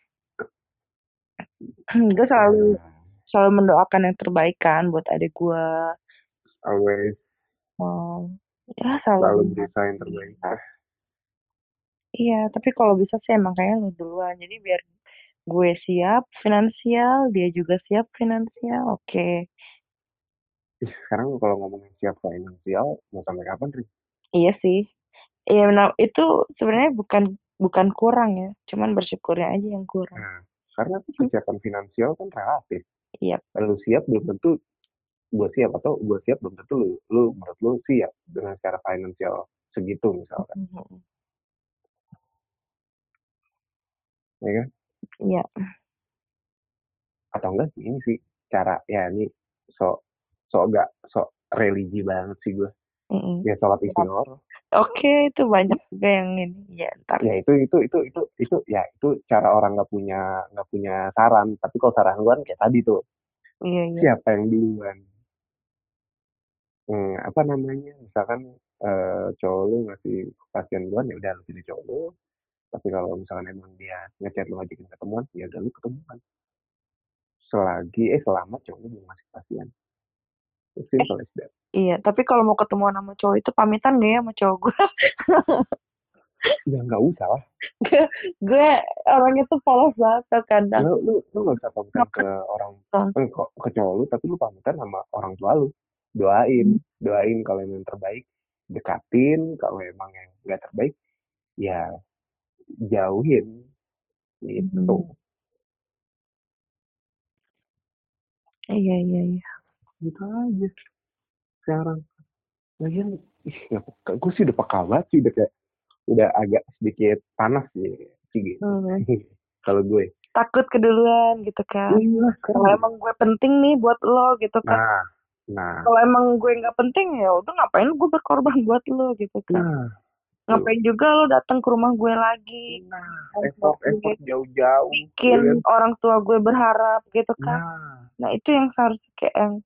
Gue selalu Ya, selalu mendoakan yang terbaik kan buat adik gue. always Oh, ya selalu selalu berusaha yang terbaik. berharap. Iya, tapi kalau bisa sih emang kayaknya lu duluan. Jadi biar gue siap finansial, dia juga siap finansial. Oke. Ih, sekarang kalau ngomongin siap finansial, mau sampai kapan, Ri? Iya sih. Iya, nah, itu sebenarnya bukan bukan kurang ya, cuman bersyukurnya aja yang kurang. Nah, karena kesiapan finansial kan relatif. Iya. Lu siap belum tentu gue siap, atau gue siap belum tentu lu menurut lu siap dengan secara finansial segitu misalkan, Mhm. ya kan? Iya. Atau enggak ini sih cara, ya ini sok sok gak sok religi banget sih gue, Mm-mm. ya sholat Iya. istighfar. Oke, itu banyak juga yang ini. Ya, ntar. Ya itu ya itu cara orang nggak punya saran. Tapi kalau saran gue kan kayak tadi tuh, Iya, iya. siapa yang duluan, apa namanya, misalkan cowok lu ngasih kepastian duluan, ya udah lu pilih cowok lu. Tapi kalau misalkan emang dia ngechat lu ngajakin ketemuan, ya udah lu ketemuan selama cowok lu belum ngasih kepastian. It's Eh, simple as that. iya. Tapi kalau mau ketemu sama cowok itu pamitan gak ya sama cowok gue? Ya nggak usah lah. Gue orangnya tuh polos banget kadang. Lu nggak bisa pamitan ke Ngapain orang, dong? kok ke cowok lu, tapi lu pamitan sama orang tua lu. Doain, doain kalau yang terbaik, dekatin. Kalau emang yang nggak terbaik, ya jauhin gitu. Hmm. Iya, iya, iya. Gitu aja sekarang. Lagian, ih, gue sih udah peka banget sih, udah kayak udah agak sedikit panas sih gitu. Kalau gue Takut keduluan gitu kan. iya Kalau kan. emang gue penting nih buat lo gitu kan. Nah Kalau emang gue nggak penting ya udah ngapain gue berkorban buat lo gitu kan. nah tuh. Ngapain juga lo datang ke rumah gue lagi. Nah, Untuk gue effort jauh-jauh, ya bikin kan? orang tua gue berharap gitu kan. Nah, Nah itu yang harus kayak yang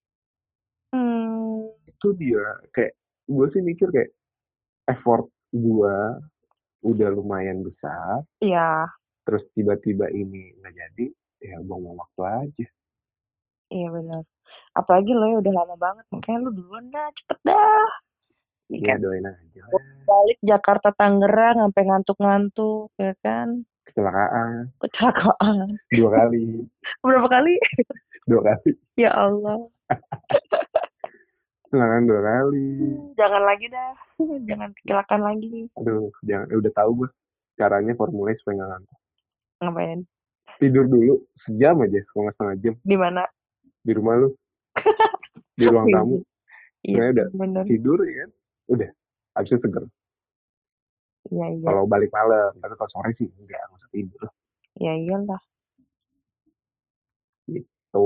hmm, itu dia. Kayak gue sih mikir kayak effort gue udah lumayan besar, ya terus tiba-tiba ini nggak jadi, ya buang waktu aja. iya benar. Apalagi lo ya udah lama banget makanya lo duluan dah cepet dah. Iya Ya kan. doain aja lah. Balik Jakarta Tangerang sampai ngantuk-ngantuk ya kan. Kecelakaan Kecelakaan. 2 kali, Berapa kali? 2 kali, Ya Allah. kecelakaan 2 kali. Jangan lagi dah. Jangan kecelakaan lagi. Aduh, jangan, udah tahu gue caranya formulanya supaya nggak ngantuk. Ngapain? Tidur dulu sejam aja, kalau nggak setengah jam Di mana? di rumah lu, di ruang tamu. Iya, Sebenarnya udah bener. tidur ya kan, udah habisnya seger. Iya, iya. Kalau balik malam, tapi kalau sore sih enggak, nggak usah tidur Ya iyalah. gitu.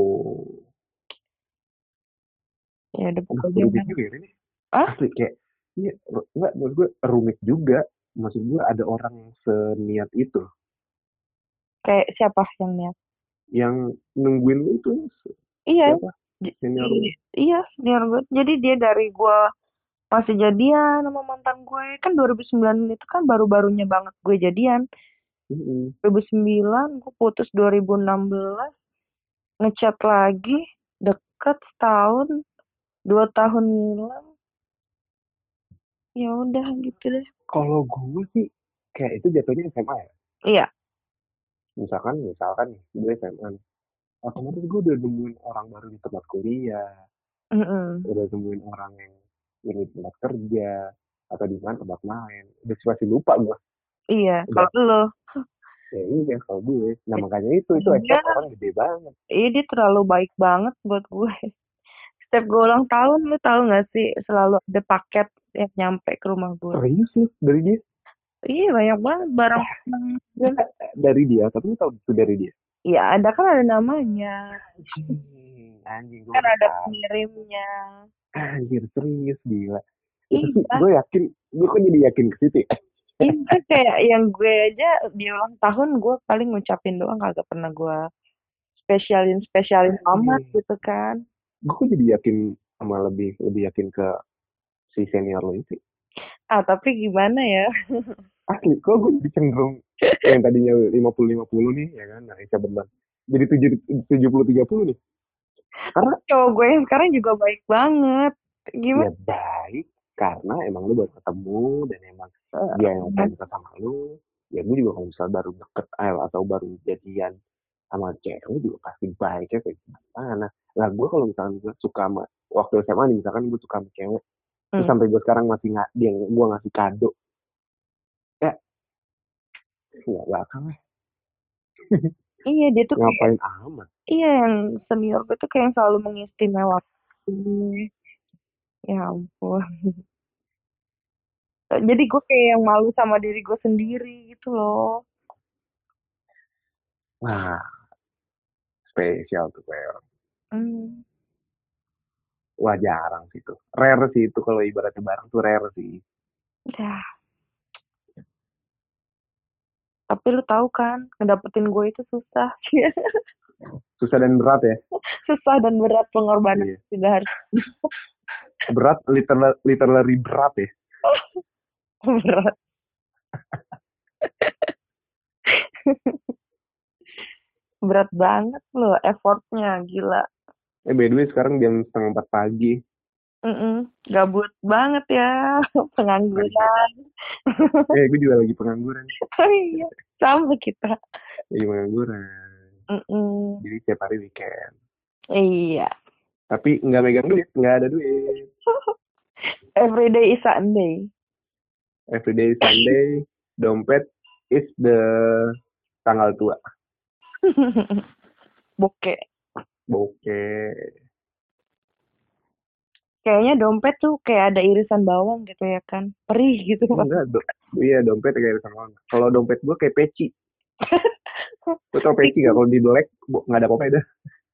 Ya udah Aduh, pokoknya. rumit juga ya ini. Ah? Asli kayak, iya, enggak, menurut gue rumit juga. Maksud gue ada orang yang seniat itu, Kayak siapa yang niat? yang nungguin lu itu Iya. siapa? Senior lu. Iya, senior gue. Jadi dia dari gue masih jadian sama mantan gue. Kan 2009 itu kan baru-barunya banget gue jadian. Mm-mm. 2009 gue putus 2016. Ngechat lagi. Deket setahun. 2 tahun ngilang. Ya udah gitu deh. Kalau gue sih kayak itu jatuhnya SMA ya. Iya. Misalkan nih, gue SMA nih. Otomatis gue udah nemuin orang baru di tempat kuliah, Mm-mm. udah nemuin orang yang ini tempat kerja, atau di mana tempat main. Udah pasti lupa gue. Iya. Udah, Kalau lo. ya iya kalau gue. Nah makanya itu Dia, effort orang gede banget. dia terlalu baik banget buat gue. Setiap gue ulang tahun, lu tahu nggak sih, selalu ada paket yang nyampe ke rumah gue. Serius lu dari dia? Iya, banyak banget barang. Dari dia, tapi lu tahu itu dari dia. Iya, ada kan ada namanya. Anjing gue Kan baru ada tahu. pengirimnya. Anjir serius gila. Itu sih Iya, gue yakin, gue kok jadi yakin ke situ ya. itu kayak yang gue aja di ulang tahun gue paling ngucapin doang kagak pernah gue spesialin amat Anjing. gitu kan. Gue kok jadi yakin sama lebih lebih yakin ke si senior lo itu. Ah, tapi gimana ya? Asli, kok gue jadi cenderung yang tadinya 50-50 nih, ya kan? Nah, Isya benar. Jadi 70-30 nih. Karena Cowok gue yang sekarang juga baik banget. ya Gimana? baik, karena emang lu baru ketemu, dan emang dia yang pengen deket sama lu. Ya gue juga kalau misalnya baru deket atau baru jadian sama cewek juga pasti baiknya kayak gimana. Lah gue kalau misalnya gue suka sama, waktu SMA nih misalkan gue suka sama cewek, terus Hmm. sampai gue sekarang masih dia gue ngasih kado, ya nggak bakal lah. Iya, dia tuh kayak, Ngapain amat. iya yang senior gue tuh kayak yang selalu mengistimewakan. Ya ampun. Jadi gue kayak yang malu sama diri gue sendiri gitu loh. Wah, spesial tuh kayak orang. Hmm. Wah jarang sih itu. Rare sih itu kalau ibaratnya barang tuh rare sih. Ya, tapi lu tahu kan, ngedapetin gue itu susah. Susah dan berat ya. Susah dan berat pengorbanan Iya. juga harus Berat, literally berat ya. berat. Berat banget loh effortnya, gila. By the way sekarang jam 3:30 pagi. Gabut banget ya, pengangguran. Gue juga lagi pengangguran. Iya, sama kita. Lagi pengangguran. Mm-mm. Jadi tiap hari weekend. Iya. Tapi nggak megang duit, nggak ada duit. Everyday is Sunday. Everyday Sunday, dompet is the tanggal tua. Bokeh. Bokeh. Kayaknya dompet tuh kayak ada irisan bawang gitu ya kan. Perih gitu. Enggak, iya dompet kayak sama. Kalau dompet gua kayak peci. Lo tau peci gak? Kalau di black nggak ada apa-apa dah.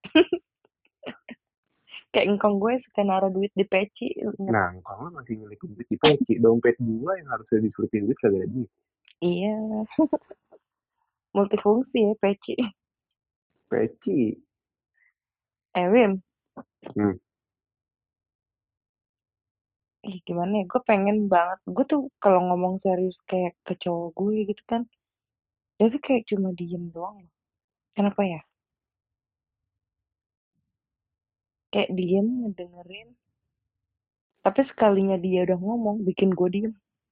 Kayak engkong gue suka naruh duit di peci. Ingat. Nah, kalau masih nyelipin duit di peci, dompet gua yang harusnya diselipin duit kagak ada duit. Iya, multifungsi ya peci. Peci. Wim, Hmm. ih gimana ya, gue pengen banget. Gue tuh kalau ngomong serius kayak ke cowok gue gitu kan, dia tuh kayak cuma diem doang loh. Kenapa ya? Kayak diem ngedengerin. Tapi sekalinya dia udah ngomong, bikin gue diem.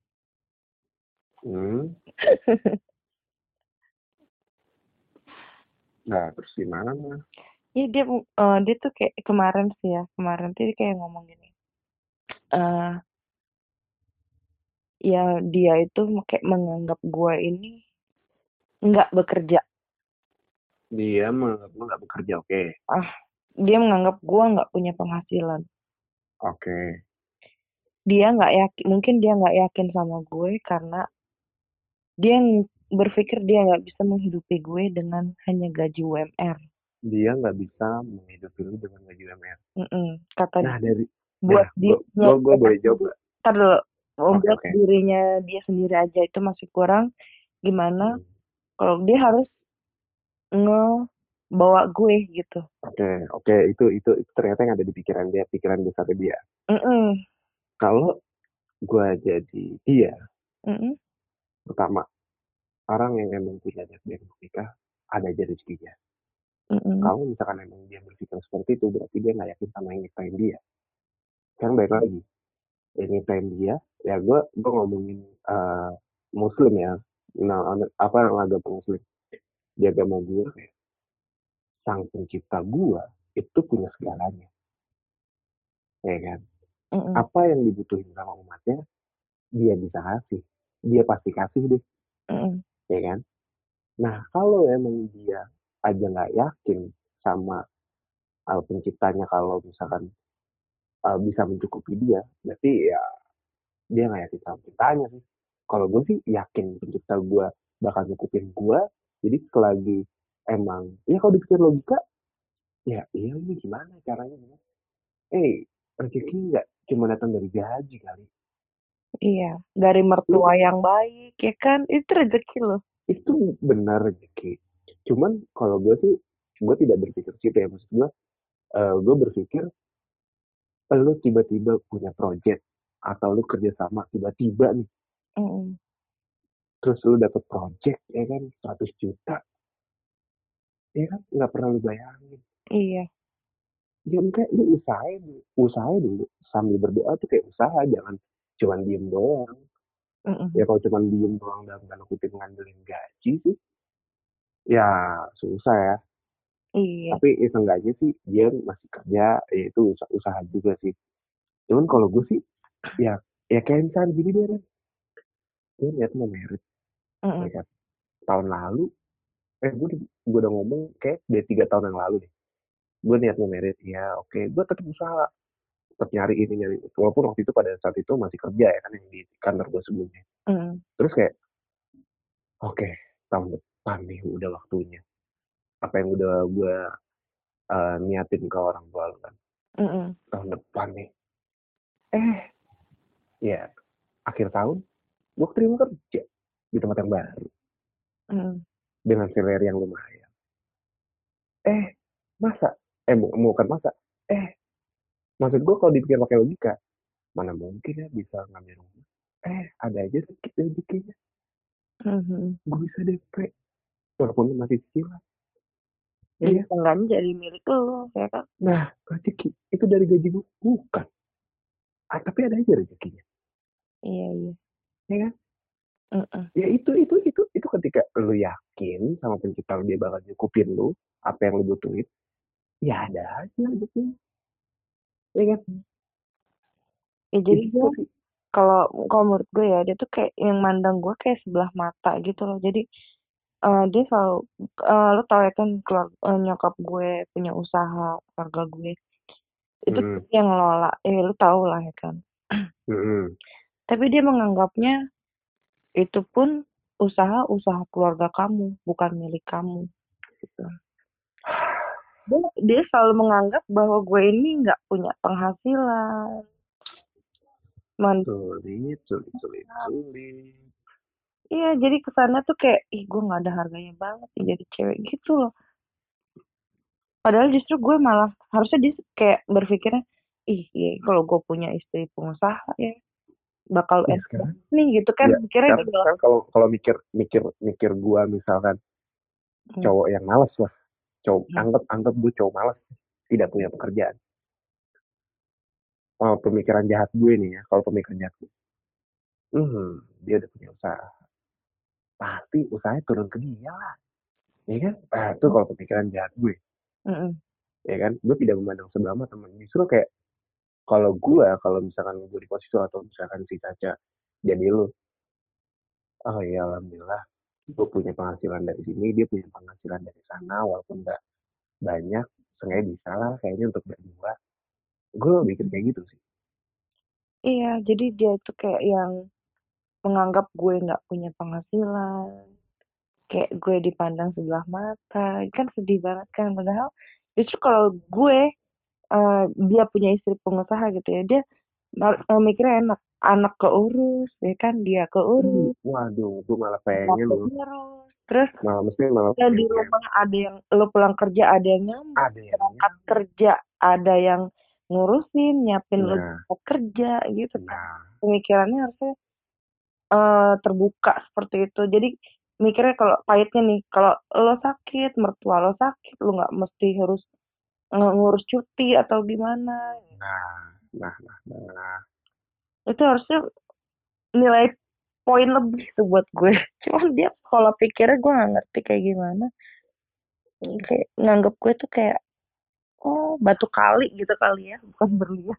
Hmm. Nah, terus gimana? Iya dia tuh kayak kemarin sih ya, kemarin tuh dia kayak ngomong gini. eh Ya dia itu kayak menganggap gue ini nggak bekerja. Dia menganggap lo nggak bekerja, oke. Ah, dia menganggap gue nggak punya penghasilan. Oke. Dia nggak yakin, mungkin dia nggak yakin sama gue karena dia berpikir dia nggak bisa menghidupi gue dengan hanya gaji UMR. Dia nggak bisa menghidupi lu dengan gaji UMR. Kata Nah, dia, dari buat nah, dirinya gue dia boleh jawab sendiri, nggak? ntar dulu, Oke, buat oke. dirinya dia sendiri aja itu masih kurang. Gimana Hmm. kalau dia harus ngebawa gue gitu. Oke, oke, itu ternyata yang ada di pikiran besar dia. Mm-mm, Kalau gue jadi dia, mm-mm, pertama, orang yang emang punya niat dia untuk nikah, ada aja rezekinya. mm-mm, Kalau misalkan emang dia berpikir seperti itu, berarti dia nggak yakin sama yang nikahin dia. Sekarang balik lagi, yang nikahin dia, ya gue ngomongin Muslim ya, nah, apa agama Muslim. Di agama gue, sang pencipta gue itu punya segalanya, ya kan? mm-mm, Apa yang dibutuhin sama umatnya, dia bisa kasih. Dia pasti kasih deh, mm-mm, ya kan? Nah, kalau emang dia aja nggak yakin sama penciptanya kalau misalkan bisa mencukupi dia, berarti ya dia nggak yakin sama penciptanya sih. Kalau gue sih yakin pencipta gue bakal nyukupin gue, jadi selagi emang, ya kalau dipikir logika, ya iya ini gimana caranya? Rezeki nggak cuma datang dari gaji kali. iya, dari Lu mertua yang baik ya kan, itu rezeki loh. itu benar rezeki. Cuman kalau gue sih, gue tidak berpikir situ ya. Maksud gue berpikir lu tiba-tiba punya project atau lu kerjasama tiba-tiba nih, Mm-mm, terus lu dapet project ya kan 100 juta, ya kan nggak pernah lu bayangin. iya, Ya kayak lu usaha dulu sambil berdoa tuh kayak usaha, jangan cuman diem doang. Ya mm-mm, kalau cuman diem doang dalam tanda kutip ngandelin gaji sih, ya susah ya. iya, Tapi ya seenggaknya sih dia masih kerja, ya itu usaha juga sih. Cuman kalau gue sih, ya ya kayak misalnya gini deh, Ren. Gue niat mau merit, ya mm-mm, kan. Tahun lalu, gue udah ngomong kayak dari 3 tahun yang lalu deh. Gue niat mau merit, ya oke. Gue tetap usaha, tetap nyari ini nyari itu. Walaupun waktu itu pada saat itu masih kerja ya kan yang di kantor gue sebelumnya. mm-mm, Terus kayak, oke, tahun depan nih udah waktunya. Apa yang udah gue niatin ke orang tua lu kan. mm-mm, Tahun depan nih. Eh, ya akhir tahun gue terima kerja di tempat yang baru mm-mm, dengan salary yang lumayan. Eh, masa? Bukan masa. Eh, maksud gue kalau dipikir pakai logika, mana mungkin ya bisa ngambil rumah. Ada aja sedikit rezekinya. mhm. Gue bisa DP, walaupun masih cicilan. Ya, Iya, ya. seenggaknya jadi milik lo, ya kan? Nah, rezeki itu dari gaji gue bukan. Tapi ada aja rezekinya, Iya, iya. ya kan? Mm-mm. Ya itu ketika lu yakin sama pencipta lu dia bakal cukupin lu apa yang lu butuhin, ya ada aja rezekinya, ya kan? Ya Ya jadi dia gitu sih. kalau kalau menurut gue ya dia tuh kayak yang mandang gue kayak sebelah mata gitu loh. Jadi dia selalu lo tau ya kan nyokap gue punya usaha keluarga gue. Itu Mm-mm. yang ngelola, lu tahu lah ya kan. Mm-mm. Tapi dia menganggapnya itu pun usaha keluarga kamu, bukan milik kamu. Gitu. Dia selalu menganggap bahwa gue ini nggak punya penghasilan. Sulit, sulit, sulit, sulit. Iya, jadi kesannya tuh kayak, ih gue nggak ada harganya banget sih jadi cewek gitu loh. Padahal justru gue malah harusnya dia kayak berpikirnya, ih iya, kalau gue punya istri pengusaha ya bakal Ya enak sekarang, banget nih gitu kan. ya Kira sekarang, gitu loh. sekarang kalau kalau mikir mikir mikir gua misalkan Hmm. cowok yang malas lah, cowok Hmm. anggap anggap gue cowok malas tidak punya pekerjaan. Oh, pemikiran jahat gue nih ya, kalau pemikiran jahat gue, dia udah punya usaha, pasti usahanya turun ke dia lah, ya kan? Itu kalau pemikiran jahat gue, Mm-mm. ya kan? Gue tidak memandang sebelah mata teman, justru kayak kalau misalkan gue di posisi atau misalkan si Caca jadi lu, oh ya alhamdulillah, gue punya penghasilan dari sini, dia punya penghasilan dari sana, walaupun nggak banyak, sengaja bisa lah kayaknya untuk berdua. Gue mikir kayak gitu sih. Iya, jadi dia itu kayak yang menganggap gue nggak punya penghasilan, kayak gue dipandang sebelah mata, kan sedih banget kan. Padahal justru kalau gue dia punya istri pengusaha gitu ya, dia mikirnya enak, anak keurus, ya kan dia keurus, Waduh, gue malah anak pengen loh, keurus, terus malah mesti malah ya di pengen rumah ada yang lo pulang kerja ada yang nyambut, ada yang berangkat nyambut. kerja ada yang ngurusin, nyiapin lo Nah, berangkat kerja gitu kan. nah, Pemikirannya harusnya terbuka seperti itu. Jadi mikirnya kalau pahitnya nih, kalau lo sakit, mertua lo sakit, lo nggak mesti harus ngurus cuti atau gimana. nah, nah. Itu harusnya nilai poin lebih tuh buat gue. Cuman dia kalau pikirnya gue nggak ngerti kayak gimana. Kayak nganggap gue tuh kayak oh batu kali gitu kali ya, bukan berlian.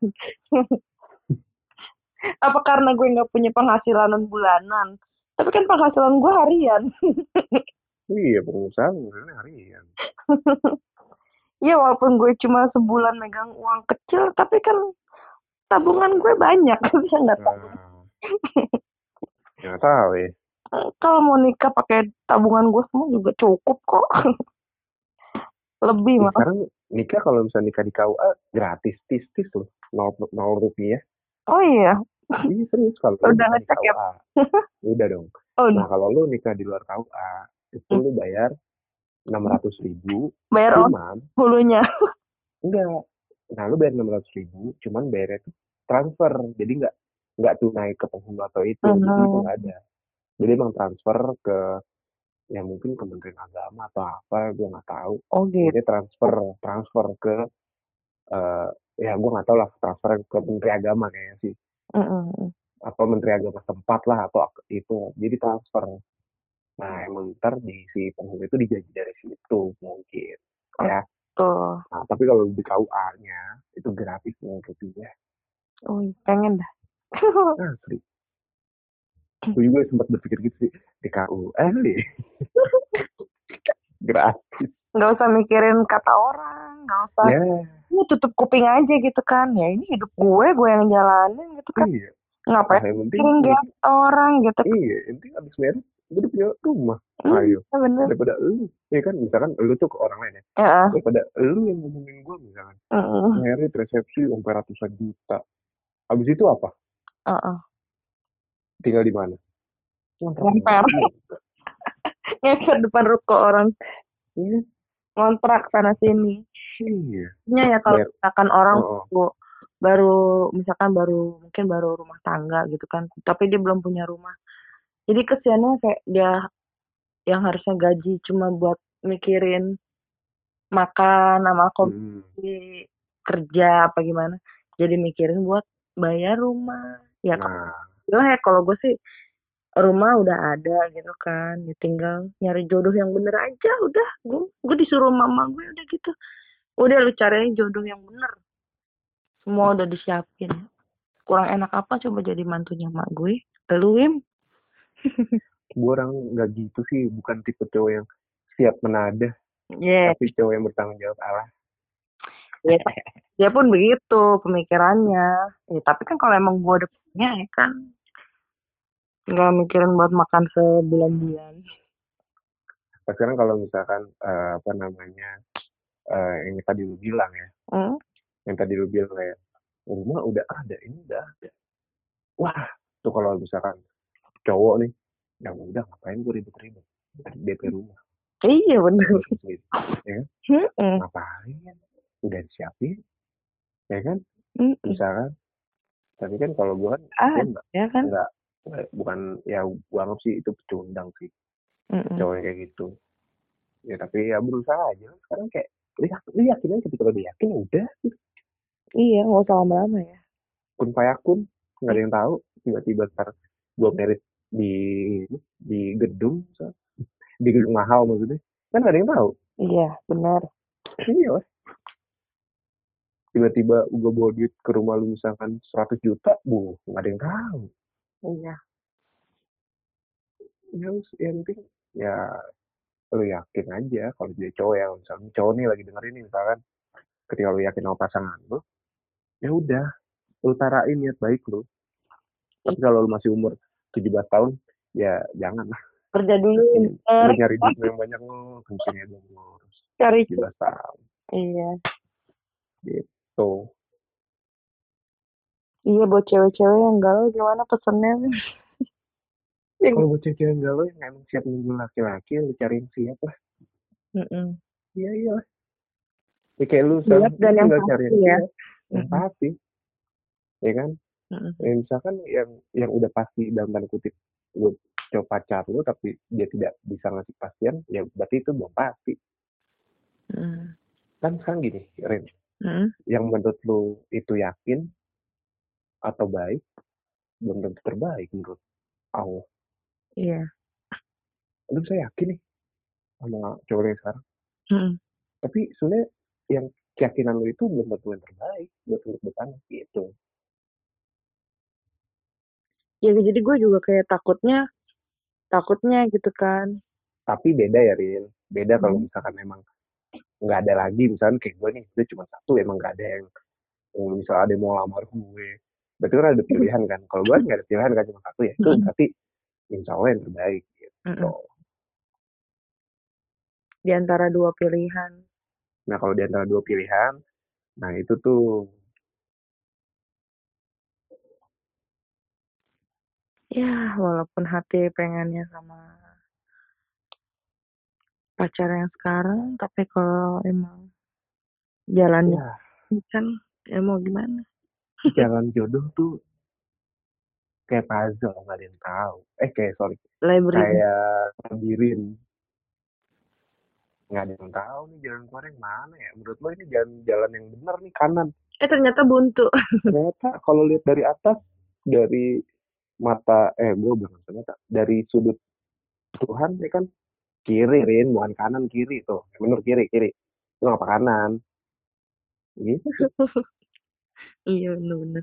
Apa karena gue nggak punya penghasilan bulanan? Tapi kan penghasilan gue harian. Iya, pengusaha pengusaha harian. Ya walaupun gue cuma sebulan megang uang kecil, tapi kan tabungan gue banyak. Bisa nggak tahu. Nah, nggak tahu ya. Kalau mau nikah pakai tabungan gue semua juga cukup kok. Lebih malah. Sekarang nikah kalau misalnya nikah di KUA gratis, tis loh, nol rupiah. Oh iya, Iya serius kalau lu udah nikah di ngecek ya. KUA, udah dong. Oh, Nah udah. kalau lu nikah di luar KUA, itu lu bayar 600.000, Bayar on cuman hulunya. enggak. Nah lu bayar 600.000, cuman bayarnya itu transfer, jadi nggak tunai ke penghulu atau itu nggak Hmm. ada. Jadi emang transfer ke ya mungkin Kementerian Agama atau apa, gue nggak tahu. Oh gitu. Jadi transfer transfer ke eh, ya gue nggak tahu lah transfer ke Menteri Agama kayaknya sih, Mm-mm. atau Menteri Agama setempat lah atau itu. Jadi transfer. Nah emang ntar di si penghulu itu digaji dari situ mungkin Oh, ya. tuh. Nah, tapi kalau di KUA-nya itu gratis menurut ya. Oh, pengen dah. Asli. Gue juga sempat berpikir gitu sih di KUA nih gratis. Nggak usah mikirin kata orang, nggak usah. Ya, Ini tutup kuping aja gitu kan. Ya ini hidup gue yang jalanin gitu kan. iya. Ngapain Nah, mikirin gaya orang gitu kan. iya, yang penting abis merit gue udah punya rumah. Ayo, Iya bener. daripada lu, ya kan, misalkan lu tuh ke orang lain ya, Ya. daripada lu yang ngomongin gue misalkan, Mm-mm. merit resepsi sampai ratusan juta. Abis itu apa? Uh-uh. Tinggal di mana? Ngontrak mulu. Ngemper. Ngemper depan ruko orang. Iya, Ngontrak sana sini. iya. Nya ya kalau Bayar. misalkan orang Oh, oh. tuh baru misalkan mungkin baru rumah tangga gitu kan. Tapi dia belum punya rumah. Jadi kesiannya kayak dia yang harusnya gaji cuma buat mikirin makan sama Hmm. konsumsi kerja apa gimana. Jadi mikirin buat bayar rumah. Ya Nah, kalau ya kalau gue sih rumah udah ada gitu kan. Ya tinggal nyari jodoh yang bener aja udah. Gue disuruh mama gue udah gitu. Udah lu cari jodoh yang bener. Semua udah disiapin. Kurang enak apa coba jadi mantunya mak gue. Lu Wim? gue orang nggak gitu sih, bukan tipe cowok yang siap menadah, Yeah. tapi cowok yang bertanggung jawab. Allah. Ya, dia pun begitu pemikirannya. Ya, tapi kan kalau emang gue udah punya ya kan nggak mikirin buat makan sebulan-bulan. Nah, sekarang kalau misalkan apa namanya yang tadi lu bilang ya, Hmm? yang tadi lu bilang kayak rumah udah ada, ini udah ada. Wah, tuh kalau misalkan cowok nih, ya udah ngapain gue ribet-ribet DP rumah, Iya bener. DP sendiri, ya kan? Mm-mm. Ngapain? Udah disiapin, ya kan? Mm-mm. Misalkan, tapi kan kalau gue Ah, ya kan. nggak, bukan ya gue anggap sih itu pecundang sih, Mm-mm. cowok yang kayak gitu. Ya tapi ya berusaha aja. Sekarang kayak lu yakin aja ketika lu yakin ya udah, Iya, nggak usah lama-lama ya. kun fayakun, nggak ada yang tahu. Tiba-tiba ntar gue merit di gedung, di gedung mahal maksudnya, kan nggak ada yang tahu. Iya, benar. Iya lah. Tiba-tiba gue bawa duit ke rumah lu misalkan 100 juta, nggak ada yang tahu. Iya. Yang penting ya lu yakin aja kalau jadi cowok ya, misalnya cowok nih lagi dengerin nih misalkan, ketika lu yakin sama pasangan lu, ya udah lu tarain niat baik lu. Tapi kalau lu masih umur 17 tahun, ya jangan lah. Kerja dulu, Lu bener. nyari duit yang banyak lu, kencing ya dong ngurus Cari. 17 tahun. Iya. Gitu. Iya, buat cewek-cewek yang galau gimana pesennya? Yang Kalau buat cewek galau yang emang siap nunggu laki-laki, lu cariin siapa? mm-mm. Iya iya. Ya kayak lu Siap sekarang, lu dan yang tinggal cari pasti yang ya. siap, yang Mm-mm. pasti, ya kan? Mm-mm. Ya, misalkan yang udah pasti dalam tanda kutip lu coba pacar lu tapi dia tidak bisa ngasih pastian, ya berarti itu belum pasti. Mm-mm. Kan sekarang gini, Rin, Mm-mm. yang menurut lu itu yakin atau baik, belum tentu terbaik menurut Allah. Iya. Lu saya yakin nih sama cowok yang sekarang. Mm-mm. Tapi sebenarnya yang keyakinan lu itu belum tentu yang terbaik buat untuk depan gitu. Ya jadi gue juga kayak takutnya gitu kan. Tapi beda ya Rin. Beda kalau Mm. misalkan emang nggak ada lagi, misalkan kayak gue nih, gue cuma satu, emang nggak ada yang misal ada yang mau lamar gue. Berarti kan ada pilihan kan. Kalau gue nggak ada pilihan kan, cuma satu ya. Itu Mm-mm. berarti insya Allah yang terbaik gitu. Mm-mm. Di antara dua pilihan. Nah kalau di antara dua pilihan, nah itu tuh Ya, walaupun hati pengennya sama pacar yang sekarang, tapi kalau emang jalannya ya kan, ya mau gimana? jalan jodoh tuh kayak puzzle, nggak ada yang tahu. Kayak sorry, Labyrinth. kayak labirin, nggak ada yang tahu nih jalan keluar yang mana ya. Menurut lo ini jalan yang benar nih kanan. Ternyata buntu. Ternyata kalau lihat dari atas, dari mata gue bukan mata, dari sudut Tuhan ya kan, kiri Rin, bukan kanan, kiri tuh. Bener, kiri kiri. Itu apa kanan? Gitu. Iya bener-bener.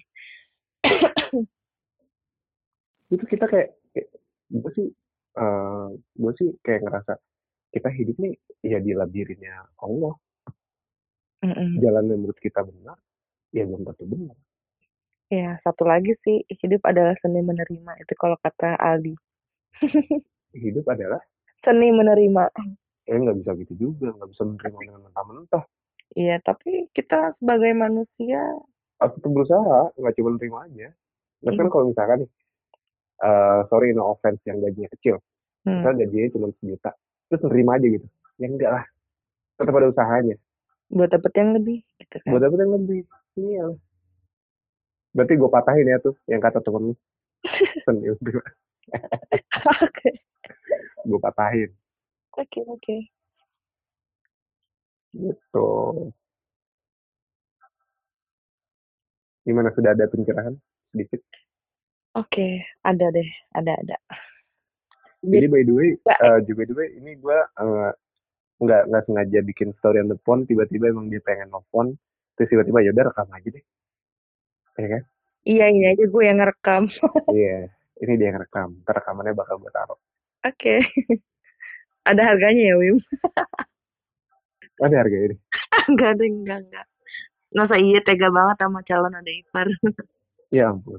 Itu kita kayak gue sih gue sih kayak ngerasa kita hidup nih ya di labirinnya Allah. Mm-mm. Jalan yang menurut kita benar, ya belum tentu benar. Ya, satu lagi sih, hidup adalah seni menerima. Itu kalau kata Aldi. Hidup adalah Seni menerima. nggak bisa gitu juga, nggak bisa menerima dengan mentah-mentah. Iya, tapi kita sebagai manusia, Aku tuh berusaha, nggak cuma menerima aja. Nah kan iya. kalau misalkan nih, sorry no offense yang gajinya kecil, Hmm, misalnya gajinya cuma 1 juta, terus nerima aja gitu. Ya enggak lah, tetap ada usahanya. buat dapet yang lebih, gitu kan. Buat dapet yang lebih, iya lah. Berarti gue patahin ya tuh, yang kata temen lu, seni untuk Oke, gue patahin. oke, oke. Gitu. Gimana, sudah ada pencerahan sedikit? Oke, ada deh, ada. Jadi Jadi, by the way, Mbak, ini gue nggak sengaja bikin story on the phone, tiba-tiba emang dia pengen nelfon, terus tiba-tiba ya udah rekam aja deh, ya kan? iya ini aja gue yang ngerekam. Iya, ini dia yang rekam. Ntar rekamannya bakal gue taruh. Oke, ada harganya ya, Wim? Ada harga ini. Enggak ada, enggak. Masa iya tega banget sama calon adik ipar. Ya ampun.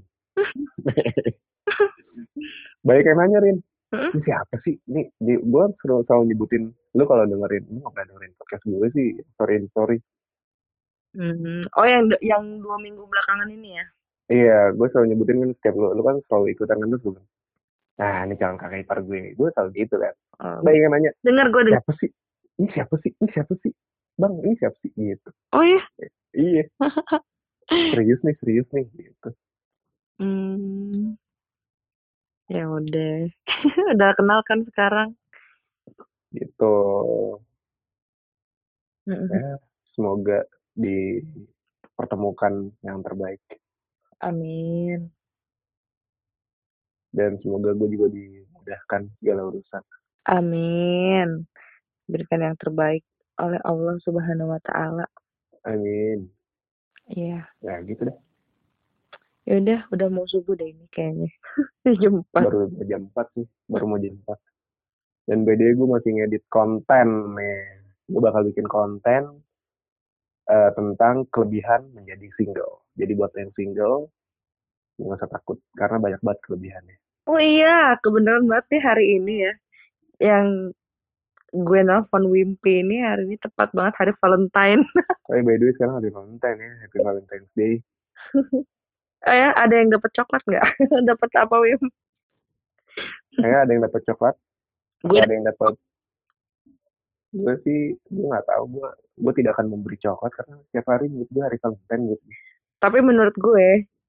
Banyak yang nanya, Rin. Ini siapa sih? Gue selalu nyebutin. Lu kalau dengerin, lu nggak pernah dengerin podcast gue sih. Story. Oh yang 2 minggu belakangan ini ya? Iya, gue selalu nyebutin kan setiap lu kan selalu ikutan kan terus kan. Nah, ini calon kakak ipar gue. Gue selalu gitu kan. Banyak yang nanya, Dengar gue dengar. siapa sih? Ini siapa sih? Ini siapa sih? Bang, ini siapa sih? Gitu. Oh iya. Iya, serius nih gitu. Ya udah. Udah kenal kan sekarang. Gitu. Ya, semoga dipertemukan yang terbaik. Amin. Dan semoga gue juga dimudahkan segala urusan. Amin. Berikan yang terbaik oleh Allah Subhanahu wa Ta'ala. Amin. Iya. Ya gitu deh. Ya udah mau subuh deh ini kayaknya. Jam 4. Baru jam 4 sih, baru mau jam 4. Dan by the way gue masih ngedit konten nih. Gue bakal bikin konten tentang kelebihan menjadi single. Jadi buat yang single, nggak usah takut karena banyak banget kelebihannya. Oh iya, kebenaran banget nih hari ini ya. Yang gue nelfon Wimpi ini hari ini tepat banget hari Valentine. By the way sekarang hari Valentine ya, Happy Valentine's Day. Ya, ada yang dapat coklat nggak? Dapat apa Wim? Ada yang dapat coklat, Gue ada yang dapat. Gue sih, gue nggak tahu. Gue tidak akan memberi coklat karena setiap hari menurut gue hari Valentine gitu. Tapi menurut gue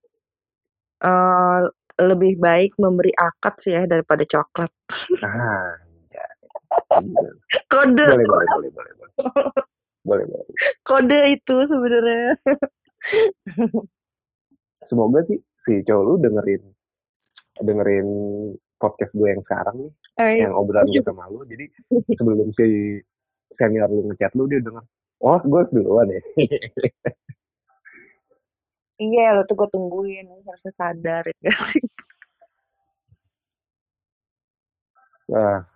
lebih baik memberi akad sih ya daripada coklat. Ah, ya. Kode. Boleh. Kode itu sebenarnya. Semoga sih si cowok lu dengerin podcast gue yang sekarang nih, yang obrolan gue sama lu. Jadi sebelum si senior lu ngechat lu, dia denger, oh gue duluan ya. Iya, lo tuh gue tungguin, harusnya sadar ya. Nah,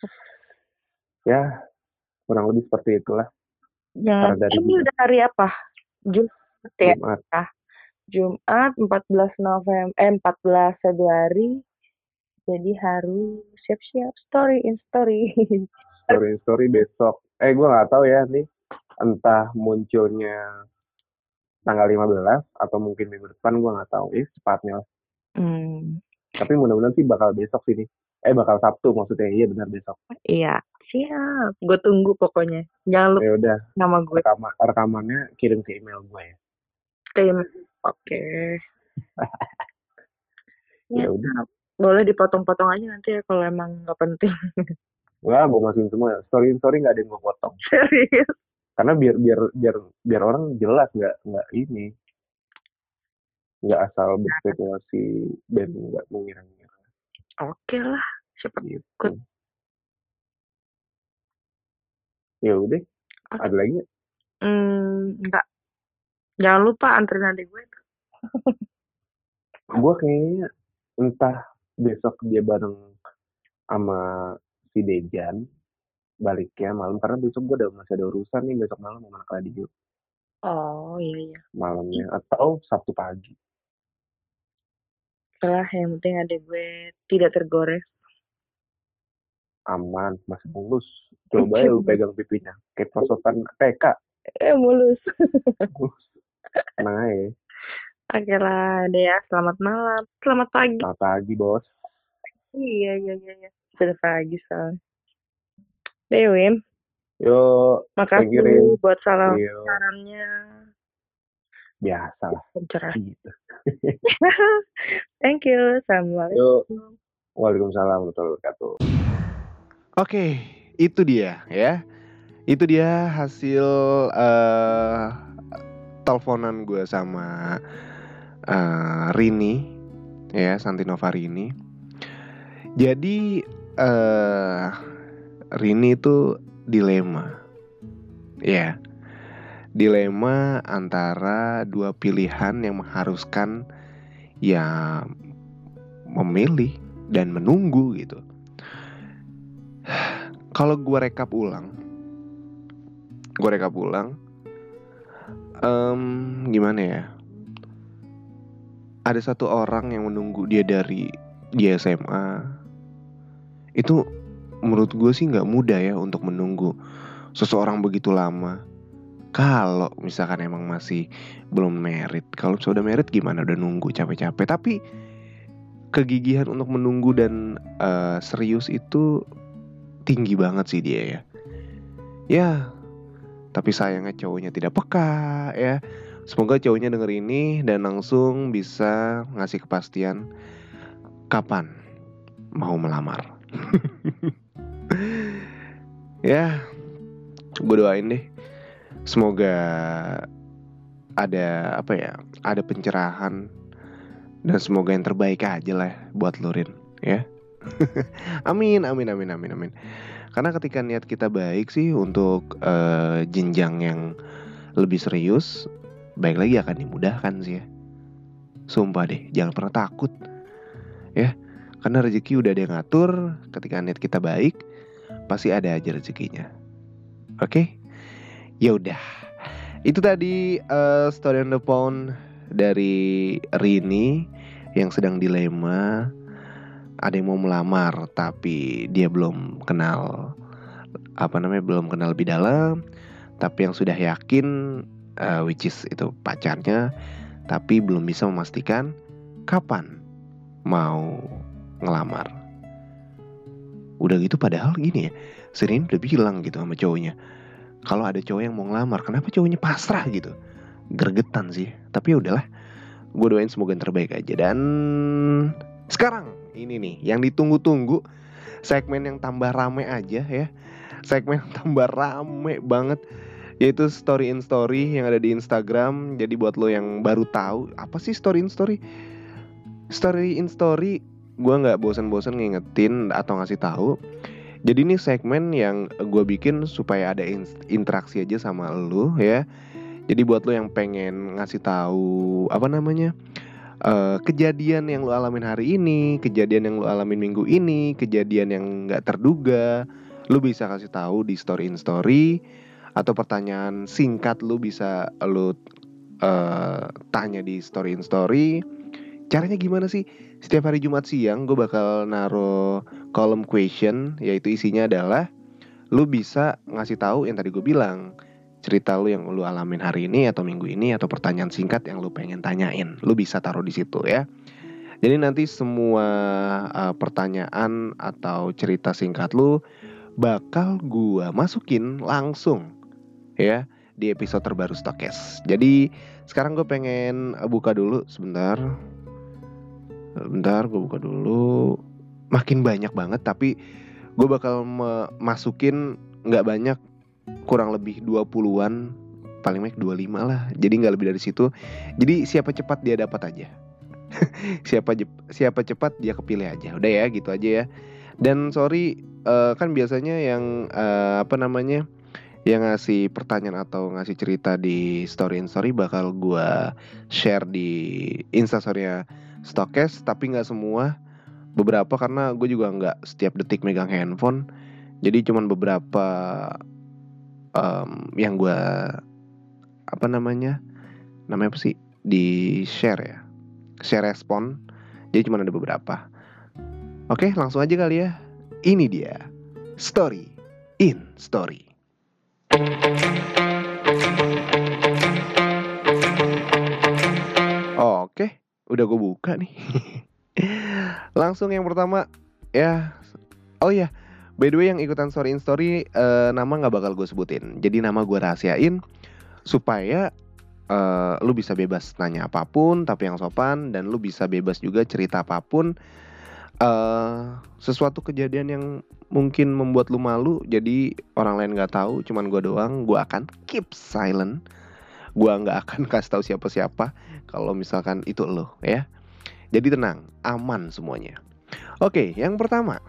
ya kurang lebih seperti itulah. Ya, ini udah hari apa? Jumat ya? Jumat 14 Februari. Jadi harus siap-siap story. Story besok. Gue nggak tahu ya nih, entah munculnya tanggal 15 atau mungkin minggu depan, gue nggak tahu. Cepatnya. Tapi mudah-mudahan sih bakal besok sini. Bakal Sabtu maksudnya. Iya benar besok. Iya, siap. Gue tunggu pokoknya. Jangan lupa udah, nama gue. Rekamannya kirim ke email gue ya. Oke. Ya udah. Boleh dipotong-potong aja nanti ya kalau emang nggak penting. Wah, gue masukin semua. Story nggak ada yang gue potong. Serius? Karena biar orang jelas, nggak ini, nggak asal berspekulasi dan nggak mengira-ngira. Oke lah, siapa gitu. Ya udah, ada lagi? Enggak. Jangan lupa anterin adik gue. Gue kayaknya entah besok dia bareng sama si Dejan baliknya malam, karena besok gue masih ada urusan nih besok malam sama anak radio. Oh iya. Malamnya atau Sabtu pagi. Setelah yang penting adik gue tidak tergores. Aman, masih mulus. Coba ya lu pegang pipinya kayak prosotan TK. Mulus. Tenang aja. Oke lah deh ya, selamat malam. Selamat pagi. Selamat pagi bos. Iya. Sudah pagi soalnya. Wim. Yo, makasih buat sarannya. Biasa lah. Gitu. Thank you. Assalamualaikum. Waalaikumsalam warahmatullahi wabarakatuh. Oke, itu dia ya. Itu dia hasil teleponan gue sama Rini ya, Santinova Rini. Jadi Rini itu dilema. Ya. Dilema antara dua pilihan yang mengharuskan ya memilih dan menunggu gitu. Kalau gue rekap ulang, Gimana ya? Ada satu orang yang menunggu dia dari dia SMA. Itu menurut gue sih nggak mudah ya untuk menunggu seseorang begitu lama. Kalau misalkan emang masih belum married. Kalau sudah married gimana? Udah nunggu capek-capek. Tapi kegigihan untuk menunggu dan serius itu tinggi banget sih dia ya. Ya, tapi sayangnya cowoknya tidak peka ya. Semoga cowoknya denger ini dan langsung bisa ngasih kepastian kapan mau melamar. Ya, gue doain deh. Semoga ada ada pencerahan dan semoga yang terbaik aja lah buat lu, Rin, ya. Amin. Karena ketika niat kita baik sih untuk jenjang yang lebih serius, baik lagi akan dimudahkan sih ya. Sumpah deh, jangan pernah takut ya. Karena rezeki udah ada yang ngatur. Ketika niat kita baik, pasti ada aja rezekinya. Oke? Ya udah. Itu tadi story on the phone dari Rini yang sedang dilema. Ada yang mau melamar tapi dia belum kenal belum kenal lebih dalam. Tapi yang sudah yakin which is itu pacarnya, tapi belum bisa memastikan kapan mau ngelamar. Udah gitu padahal gini ya, Rini udah bilang gitu sama cowoknya, kalau ada cowok yang mau ngelamar, kenapa cowoknya pasrah gitu. Gregetan sih. Tapi udahlah, gue doain semoga yang terbaik aja. Dan sekarang ini nih yang ditunggu-tunggu, segmen yang tambah rame aja ya. Segmen yang tambah rame banget, yaitu story in story yang ada di Instagram. Jadi buat lo yang baru tahu apa sih story in story? Story in story, gue nggak bosan-bosan ngingetin atau ngasih tahu. Jadi ini segmen yang gue bikin supaya ada interaksi aja sama lo ya. Jadi buat lo yang pengen ngasih tahu kejadian yang lo alamin hari ini, kejadian yang lo alamin minggu ini, kejadian yang nggak terduga, lo bisa kasih tahu di story in story. Atau pertanyaan singkat lo bisa lo tanya di story in story. Caranya gimana sih? Setiap hari Jumat siang gue bakal naruh kolom question, yaitu isinya adalah lu bisa ngasih tahu yang tadi gue bilang, cerita lu yang lu alamin hari ini atau minggu ini, atau pertanyaan singkat yang lu pengen tanyain. Lu bisa taruh di situ ya. Jadi nanti semua pertanyaan atau cerita singkat lu bakal gue masukin langsung ya di episode terbaru Stokes. Jadi sekarang gue pengen buka dulu sebentar. Bentar, gue buka dulu. Makin banyak banget, tapi gue bakal masukin gak banyak, kurang lebih 20-an, paling banyak 25 lah. Jadi gak lebih dari situ. Jadi siapa cepat dia dapat aja. Siapa cepat dia kepilih aja. Udah ya, gitu aja ya. Dan sorry, kan biasanya yang yang ngasih pertanyaan atau ngasih cerita di story in story bakal gue share di Instastory-nya Stokes, tapi gak semua, beberapa, karena gue juga gak setiap detik megang handphone. Jadi cuman beberapa yang gue namanya apa sih, di share ya, share respon. Jadi cuman ada beberapa. Oke, langsung aja kali ya. Ini dia Story in Story. Oke, udah gue buka nih. Langsung yang pertama ya. Oh ya, by the way yang ikutan story in story, nama gak bakal gue sebutin. Jadi nama gue rahasiain supaya lu bisa bebas nanya apapun tapi yang sopan. Dan lu bisa bebas juga cerita apapun. Sesuatu kejadian yang mungkin membuat lu malu, jadi orang lain gak tahu, cuman gue doang, gue akan keep silent. Gue gak akan kasih tahu siapa-siapa kalau misalkan itu lo ya. Jadi tenang, aman semuanya. Oke, yang pertama,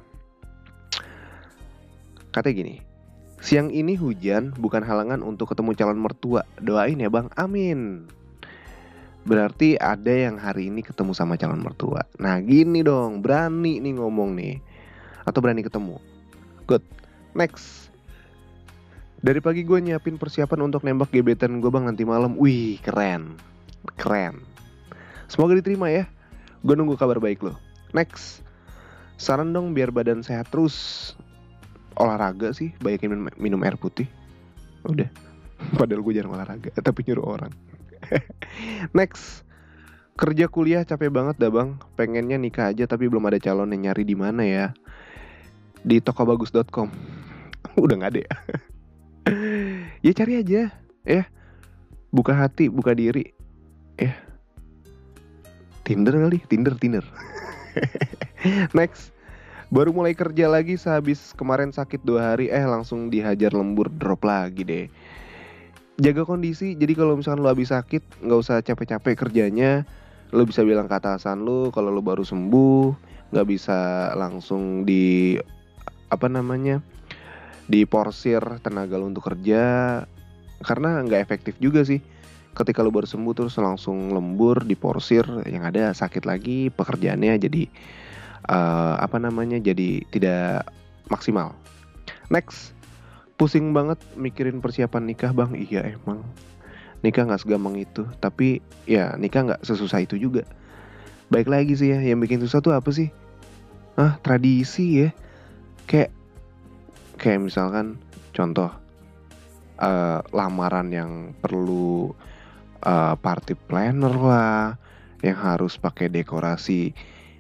katanya gini, siang ini hujan bukan halangan untuk ketemu calon mertua. Doain ya bang, amin. Berarti ada yang hari ini ketemu sama calon mertua. Nah gini dong, berani nih ngomong nih, atau berani ketemu. Good, next. Dari pagi gue nyiapin persiapan untuk nembak gebetan gue bang nanti malam. Wih keren. Keren. Semoga diterima ya. Gue nunggu kabar baik lo. Next. Saran dong biar badan sehat terus. Olahraga sih, banyakin minum air putih. Udah. Padahal gue jarang olahraga, tapi nyuruh orang. Next. Kerja kuliah capek banget dah bang. Pengennya nikah aja tapi belum ada calon yang nyari di mana ya? Di tokobagus.com. Udah nggak ada ya? Ya cari aja, ya. Buka hati, buka diri, ya. Tinder kali, Tinder. Next. Baru mulai kerja lagi sehabis kemarin sakit 2 hari, langsung dihajar lembur, drop lagi deh. Jaga kondisi, jadi kalau misalkan lo habis sakit, nggak usah capek-capek kerjanya. Lo bisa bilang ke atasan lo kalau lo baru sembuh, nggak bisa langsung diporsir tenaga lo untuk kerja, karena nggak efektif juga sih. Ketika lo baru sembuh terus langsung lembur, diporsir, yang ada sakit lagi, pekerjaannya jadi jadi tidak maksimal. Next, pusing banget mikirin persiapan nikah bang. Iya emang, nikah nggak segampang itu, tapi ya nikah nggak sesusah itu juga. Baik lagi sih ya, yang bikin susah tuh apa sih? Tradisi ya. Kayak misalkan contoh lamaran yang perlu party planner lah, yang harus pakai dekorasi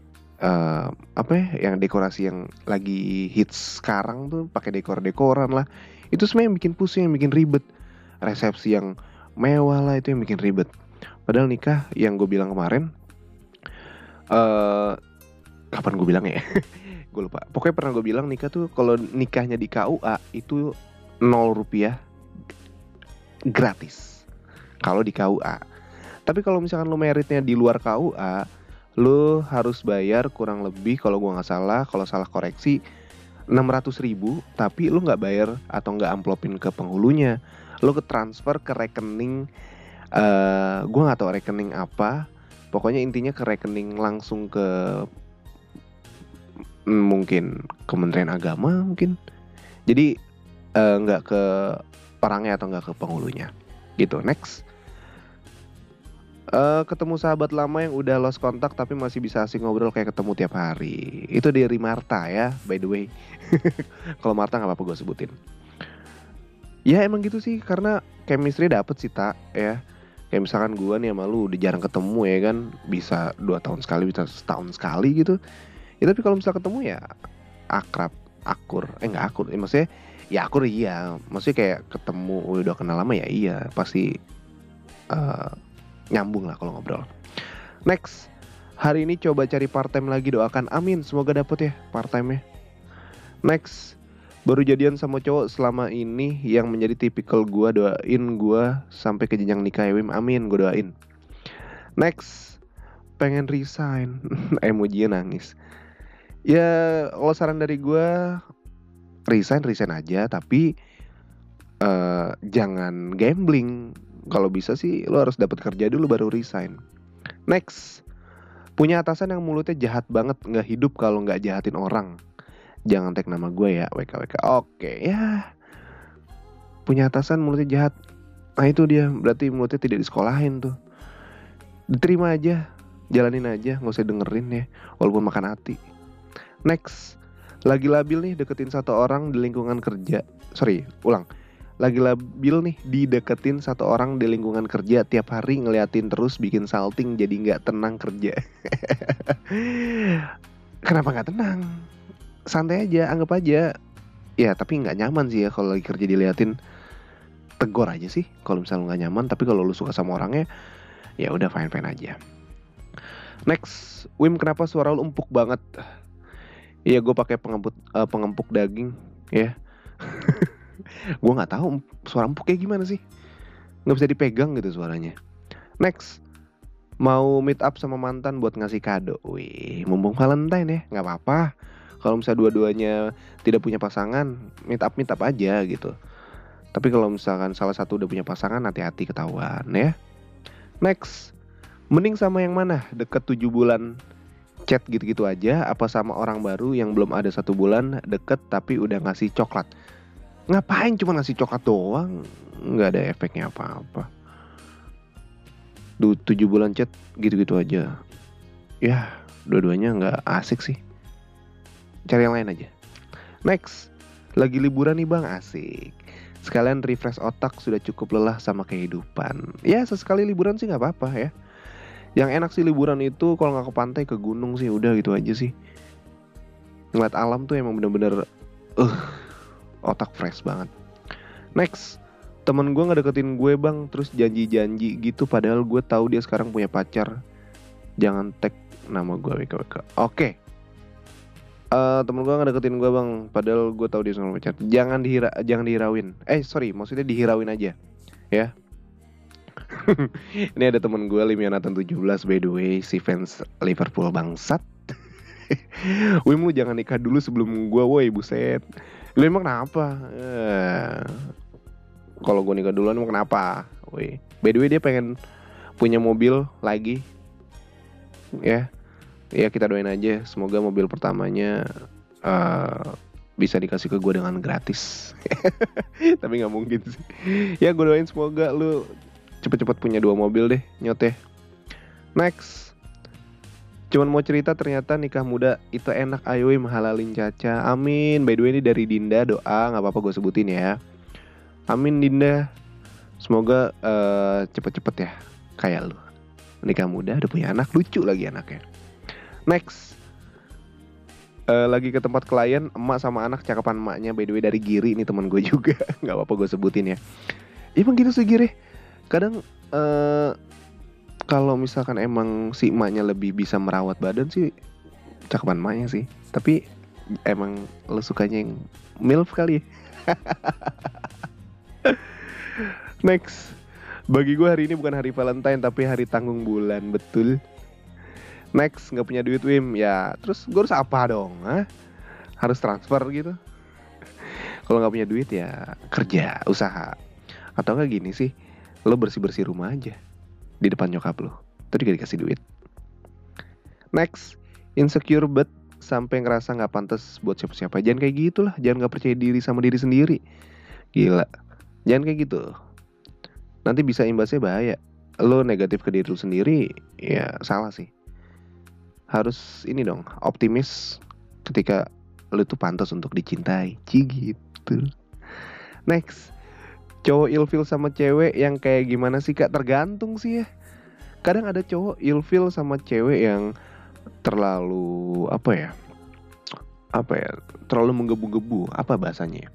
yang dekorasi yang lagi hits sekarang tuh, pakai dekor-dekoran lah. Itu sebenarnya yang bikin pusing, yang bikin ribet. Resepsi yang mewah lah, itu yang bikin ribet. Padahal nikah yang gue bilang kemarin, kapan gue bilangnya ya? Gue lupa. Pokoknya pernah gue bilang nikah tuh kalau nikahnya di KUA itu 0 rupiah gratis kalau di KUA. Tapi kalau misalkan lo meritnya di luar KUA, lo harus bayar kurang lebih, kalau gue nggak salah, kalau salah koreksi, 600.000. Tapi lo nggak bayar atau nggak amplopin ke penghulunya, lo ke transfer ke rekening, gue nggak tahu rekening apa. Pokoknya intinya ke rekening langsung ke mungkin Kementerian Agama mungkin. Jadi nggak ke orangnya atau nggak ke penghulunya gitu. Next. Ketemu sahabat lama yang udah lost kontak tapi masih bisa asik ngobrol kayak ketemu tiap hari. Itu dari Marta ya, by the way. Kalau Marta nggak apa-apa gue sebutin. Ya emang gitu sih, karena chemistry dapet sih tak ya. Kayak misalkan gue nih sama lu udah jarang ketemu ya kan, bisa 2 tahun sekali, bisa setahun sekali gitu. Ya tapi kalau misalnya ketemu ya akrab, nggak akur. Maksudnya ya akur iya. Maksudnya kayak ketemu udah kenal lama ya iya, pasti nyambung lah kalau ngobrol. Next, hari ini coba cari part time lagi, doakan amin semoga dapet ya part time-nya. Next, baru jadian sama cowok selama ini yang menjadi tipikal gue, doain gue sampai ke jenjang nikah ya Wim, amin, gue doain. Next, pengen resign. Emoji nangis. Ya kalau saran dari gue, resign aja, tapi jangan gambling. Kalau bisa sih lo harus dapat kerja dulu baru resign. Next, punya atasan yang mulutnya jahat banget, nggak hidup kalau nggak jahatin orang. Jangan tag nama gue ya, WKWK. Oke ya. Punya atasan mulutnya jahat, nah itu dia, berarti mulutnya tidak disekolahin tuh. Diterima aja, jalanin aja, nggak usah dengerin ya, walaupun makan hati. Next, lagi labil nih deketin satu orang di lingkungan kerja. Lagi labil nih dideketin satu orang di lingkungan kerja, tiap hari ngeliatin terus, bikin salting, jadi gak tenang kerja. Kenapa gak tenang? Santai aja, anggap aja. Ya tapi gak nyaman sih ya kalau lagi kerja diliatin. Tegur aja sih kalau misalnya gak nyaman. Tapi kalau lu suka sama orangnya, ya udah fine aja. Next, Wim kenapa suara lu empuk banget? Iya gue pakai pengempuk daging ya. Gue nggak tahu suara empuk kayak gimana sih, nggak bisa dipegang gitu suaranya. Next, mau meet up sama mantan buat ngasih kado. Wih, mumpung Valentine ya, nggak apa-apa. Kalau misalnya dua-duanya tidak punya pasangan, meet up aja gitu. Tapi kalau misalkan salah satu udah punya pasangan, hati-hati ketahuan ya. Next, mending sama yang mana? Deket 7 bulan chat gitu-gitu aja, apa sama orang baru yang belum ada 1 bulan deket tapi udah ngasih coklat? Ngapain cuma ngasih coklat doang, nggak ada efeknya apa-apa. 7 bulan chat gitu-gitu aja. Ya, dua-duanya nggak asik sih. Cari yang lain aja. Next, lagi liburan nih bang, asik. Sekalian refresh otak, sudah cukup lelah sama kehidupan. Ya sesekali liburan sih nggak apa-apa ya. Yang enak sih liburan itu kalau nggak ke pantai, ke gunung sih, udah gitu aja sih. Ngeliat alam tuh emang bener-bener otak fresh banget. Next, temen gue ngedeketin gue bang, terus janji-janji gitu, padahal gue tahu dia sekarang punya pacar. Jangan tag nama gue WKWK. Oke. Temen gue ngedeketin gue bang, padahal gue tahu dia sekarang punya pacar. Jangan dihirauin. Maksudnya dihirauin aja, ya. Ini ada temen gue Limianatan 17, by the way, si fans Liverpool bangsat. Wim, lu jangan nikah dulu sebelum gue, woi, buset. Lu emang kenapa? Kalau gue nikah duluan emang kenapa? Woi. By the way, dia pengen punya mobil lagi. Ya. Ya kita doain aja, semoga mobil pertamanya bisa dikasih ke gue dengan gratis. Tapi gak mungkin sih. Ya gue doain semoga lu cepet-cepet punya 2 mobil deh, nyot ya. Next, cuman mau cerita ternyata nikah muda itu enak, ayo menghalalin Caca. Amin. By the way ini dari Dinda, doa gak apa-apa gue sebutin ya. Amin Dinda. Semoga cepet-cepet ya kayak lu. Nikah muda udah punya anak, lucu lagi anaknya. Next, lagi ke tempat klien, emak sama anak, cakapan emaknya by the way dari Giri, ini teman gue juga. Gak apa-apa gue sebutin ya. Emang gitu sih Giri. Kadang kalau misalkan emang si emaknya lebih bisa merawat badan sih, cakapan emaknya sih. Tapi emang lo sukanya yang MILF kali ya. Next, bagi gue hari ini bukan hari Valentine tapi hari tanggung bulan, betul. Next, gak punya duit Wim, ya terus gue harus apa dong? Harus transfer gitu. Kalau gak punya duit ya kerja, usaha. Atau gak gini sih, lo bersih-bersih rumah aja di depan nyokap lo, tadi gak dikasih duit. Next, insecure but sampai ngerasa gak pantas buat siapa-siapa. Jangan kayak gitulah, jangan gak percaya diri sama diri sendiri. Gila, jangan kayak gitu. Nanti bisa imbasnya bahaya. Lo negatif ke diri lo sendiri, ya salah sih. Harus ini dong, optimis ketika lo tuh pantas untuk dicintai, gitu. Next, cowok ilfil sama cewek yang kayak gimana sih kak? Tergantung sih ya. Kadang ada cowok ilfil sama cewek yang terlalu terlalu menggebu-gebu, apa bahasanya?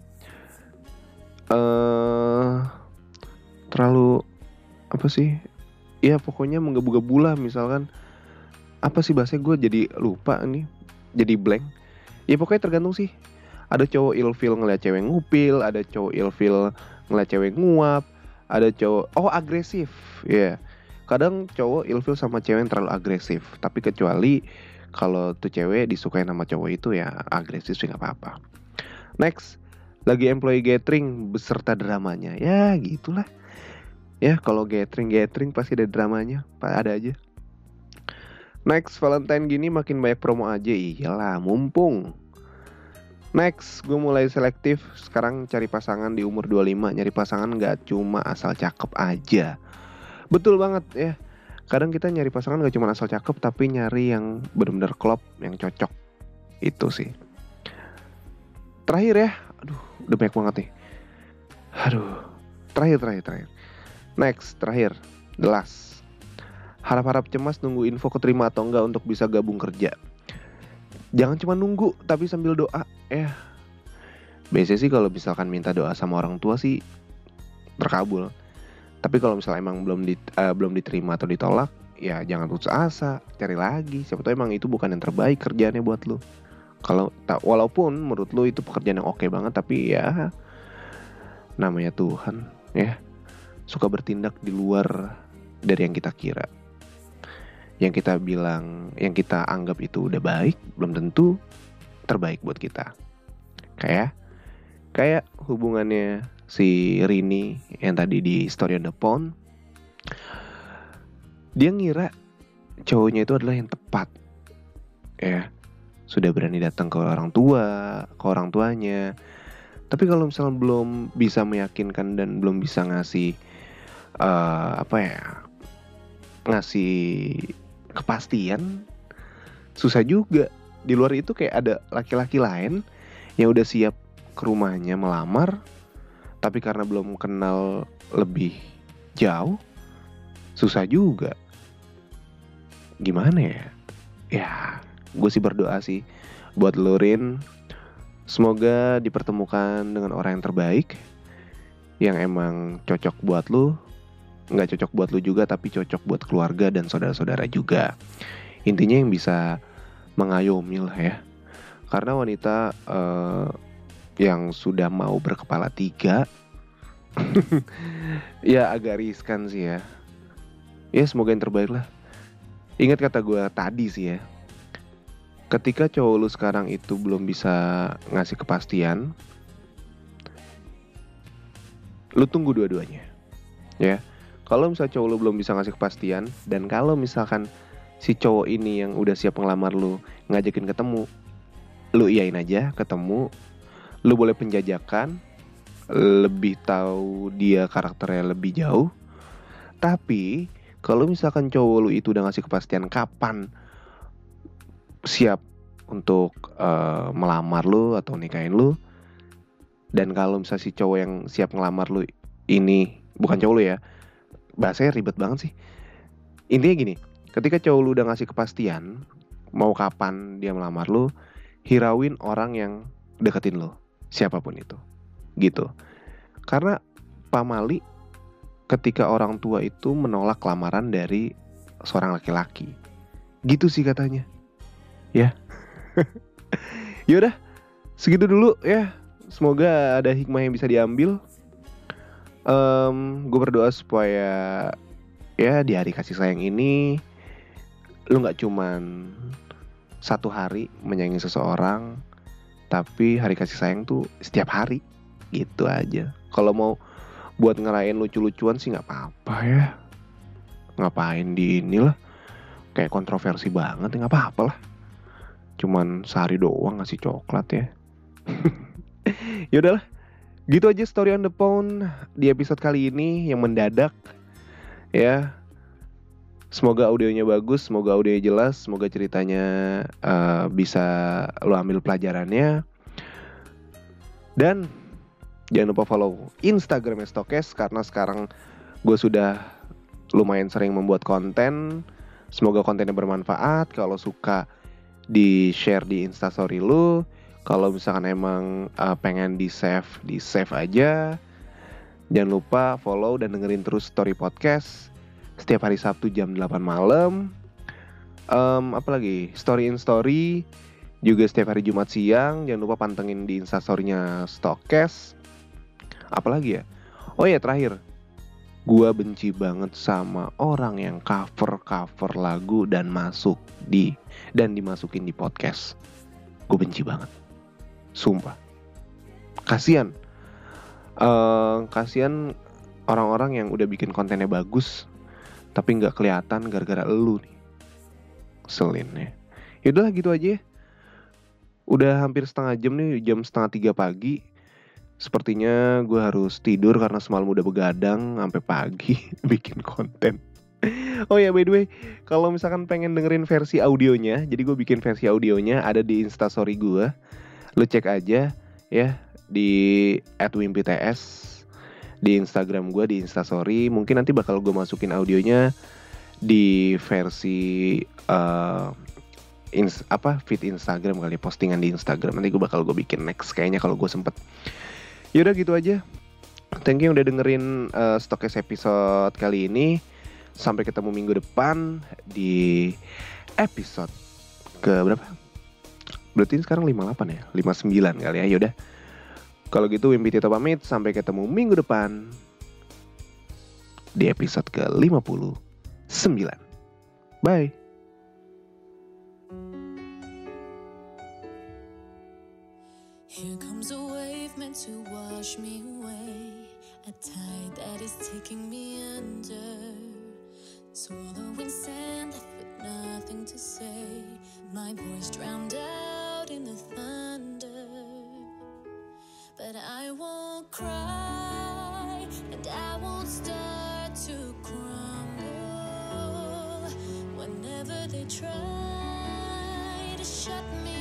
Terlalu apa sih? Ya pokoknya menggebu-gebu lah, misalkan apa sih bahasanya, gue jadi lupa nih, jadi blank. Ya pokoknya tergantung sih. Ada cowok ilfil ngeliat cewek ngupil, ada cowok ilfil ngeliat cewek nguap, ada cowok agresif. Ya yeah. Kadang cowok ilfil sama cewek yang terlalu agresif, tapi kecuali kalau tuh cewek disukai sama cowok itu ya agresif sih gak apa-apa. Next, lagi employee gathering beserta dramanya. Ya gitulah. Ya kalau gathering pasti ada dramanya, ada aja. Next, Valentine gini makin banyak promo aja. Iyalah, mumpung. Next, gue mulai selektif. Sekarang cari pasangan di umur 25. Nyari pasangan gak cuma asal cakep aja. Betul banget ya. Kadang kita nyari pasangan gak cuma asal cakep, tapi nyari yang benar-benar klop, yang cocok. Itu sih. Terakhir ya. Aduh, udah banyak banget nih. Aduh. Terakhir. Next, terakhir. The last. Harap-harap cemas nunggu info keterima atau enggak untuk bisa gabung kerja. Jangan cuma nunggu, tapi sambil doa. Biasanya sih kalau misalkan minta doa sama orang tua sih terkabul. Tapi kalau misalnya emang belum diterima atau ditolak, ya jangan putus asa, cari lagi. Siapa tahu emang itu bukan yang terbaik kerjaannya buat lo. Walaupun menurut lo itu pekerjaan yang oke banget, tapi ya namanya Tuhan ya, suka bertindak di luar dari yang kita kira. Yang kita bilang, yang kita anggap itu udah baik, belum tentu terbaik buat kita. Kayak hubungannya si Rini yang tadi di Story on the Pond. Dia ngira cowoknya itu adalah yang tepat. Ya, sudah berani datang ke orang tuanya. Tapi kalau misalnya belum bisa meyakinkan dan belum bisa ngasih ngasih kepastian, susah juga. Di luar itu kayak ada laki-laki lain yang udah siap ke rumahnya melamar, tapi karena belum kenal lebih jauh, susah juga. Gimana ya? Ya, gue sih berdoa sih buat lo, Rin. Semoga dipertemukan dengan orang yang terbaik, yang emang cocok buat lo. Nggak cocok buat lo juga, tapi cocok buat keluarga dan saudara-saudara juga. Intinya yang bisa mengayomi lah ya. Karena wanita yang sudah mau berkepala 3 ya agak riskan sih ya. Ya semoga yang terbaik lah. Ingat kata gue tadi sih ya, ketika cowok lu sekarang itu belum bisa ngasih kepastian, lu tunggu dua-duanya ya. Kalau misalnya cowok lu belum bisa ngasih kepastian, dan kalau misalkan si cowok ini yang udah siap ngelamar lu ngajakin ketemu, lu iyain aja ketemu. Lu boleh penjajakan, lebih tahu dia karakternya lebih jauh. Tapi kalau misalkan cowok lu itu udah ngasih kepastian kapan siap untuk melamar lu atau nikahin lu, dan kalau misalnya si cowok yang siap ngelamar lu ini bukan cowok lu ya, bahasanya ribet banget sih. Intinya gini, ketika cowok lu udah ngasih kepastian mau kapan dia melamar lu, hirauin orang yang deketin lu, siapapun itu, gitu. Karena pamali ketika orang tua itu menolak lamaran dari seorang laki-laki, gitu sih katanya. Ya, yaudah segitu dulu ya. Semoga ada hikmah yang bisa diambil. Gue berdoa supaya ya di hari kasih sayang ini lu nggak cuman satu hari menyayangi seseorang, tapi hari kasih sayang tuh setiap hari, gitu aja. Kalau mau buat ngerayain lucu-lucuan sih nggak apa-apa ya. Ngapain di inilah, kayak kontroversi banget ya, nggak apa-apa lah. Cuman sehari doang ngasih coklat ya. Yaudahlah, gitu aja story on the phone di episode kali ini yang mendadak ya. Semoga audionya bagus, semoga audionya jelas, semoga ceritanya bisa lo ambil pelajarannya. Dan jangan lupa follow Instagram Stokes, karena sekarang gue sudah lumayan sering membuat konten. Semoga kontennya bermanfaat. Kalau suka, di-share di Instastory lu. Kalau misalkan emang pengen di-save aja. Jangan lupa follow dan dengerin terus Story Podcast setiap hari Sabtu jam 8 malam. Apalagi Story in Story juga setiap hari Jumat siang. Jangan lupa pantengin di Instastory-nya Stokes. Apalagi ya? Oh ya, terakhir, gua benci banget sama orang yang cover lagu dan dimasukin di podcast. Gue benci banget, sumpah. Kasian orang-orang yang udah bikin kontennya bagus tapi nggak kelihatan gara-gara elu nih. Keselin ya. Yaudahlah gitu aja. Udah hampir setengah jam nih, jam 2:30 pagi. Sepertinya gue harus tidur karena semalam udah begadang sampai pagi bikin konten. Oh ya, by the way, kalau misalkan pengen dengerin versi audionya, jadi gue bikin versi audionya ada di Instastory gue. Lu cek aja ya di @wimpyts di Instagram gue, di Instastory. Mungkin nanti bakal gue masukin audionya di versi feed Instagram kali, postingan di Instagram. Nanti gue bakal bikin next kayaknya kalau gue sempet. Yaudah gitu aja. Thank you udah dengerin Stokes episode kali ini. Sampai ketemu minggu depan di episode ke berapa? Berarti sekarang 58 ya? 59 kali ya. Yaudah. Kalau gitu Wimpy Tito pamit. Sampai ketemu minggu depan di episode ke 59. Bye. Here comes a wave meant to wash me away, a tide that is taking me under, swallowing sand left with nothing to say, my voice drowned out in the thunder, but I cry, and I won't start to crumble whenever they try to shut me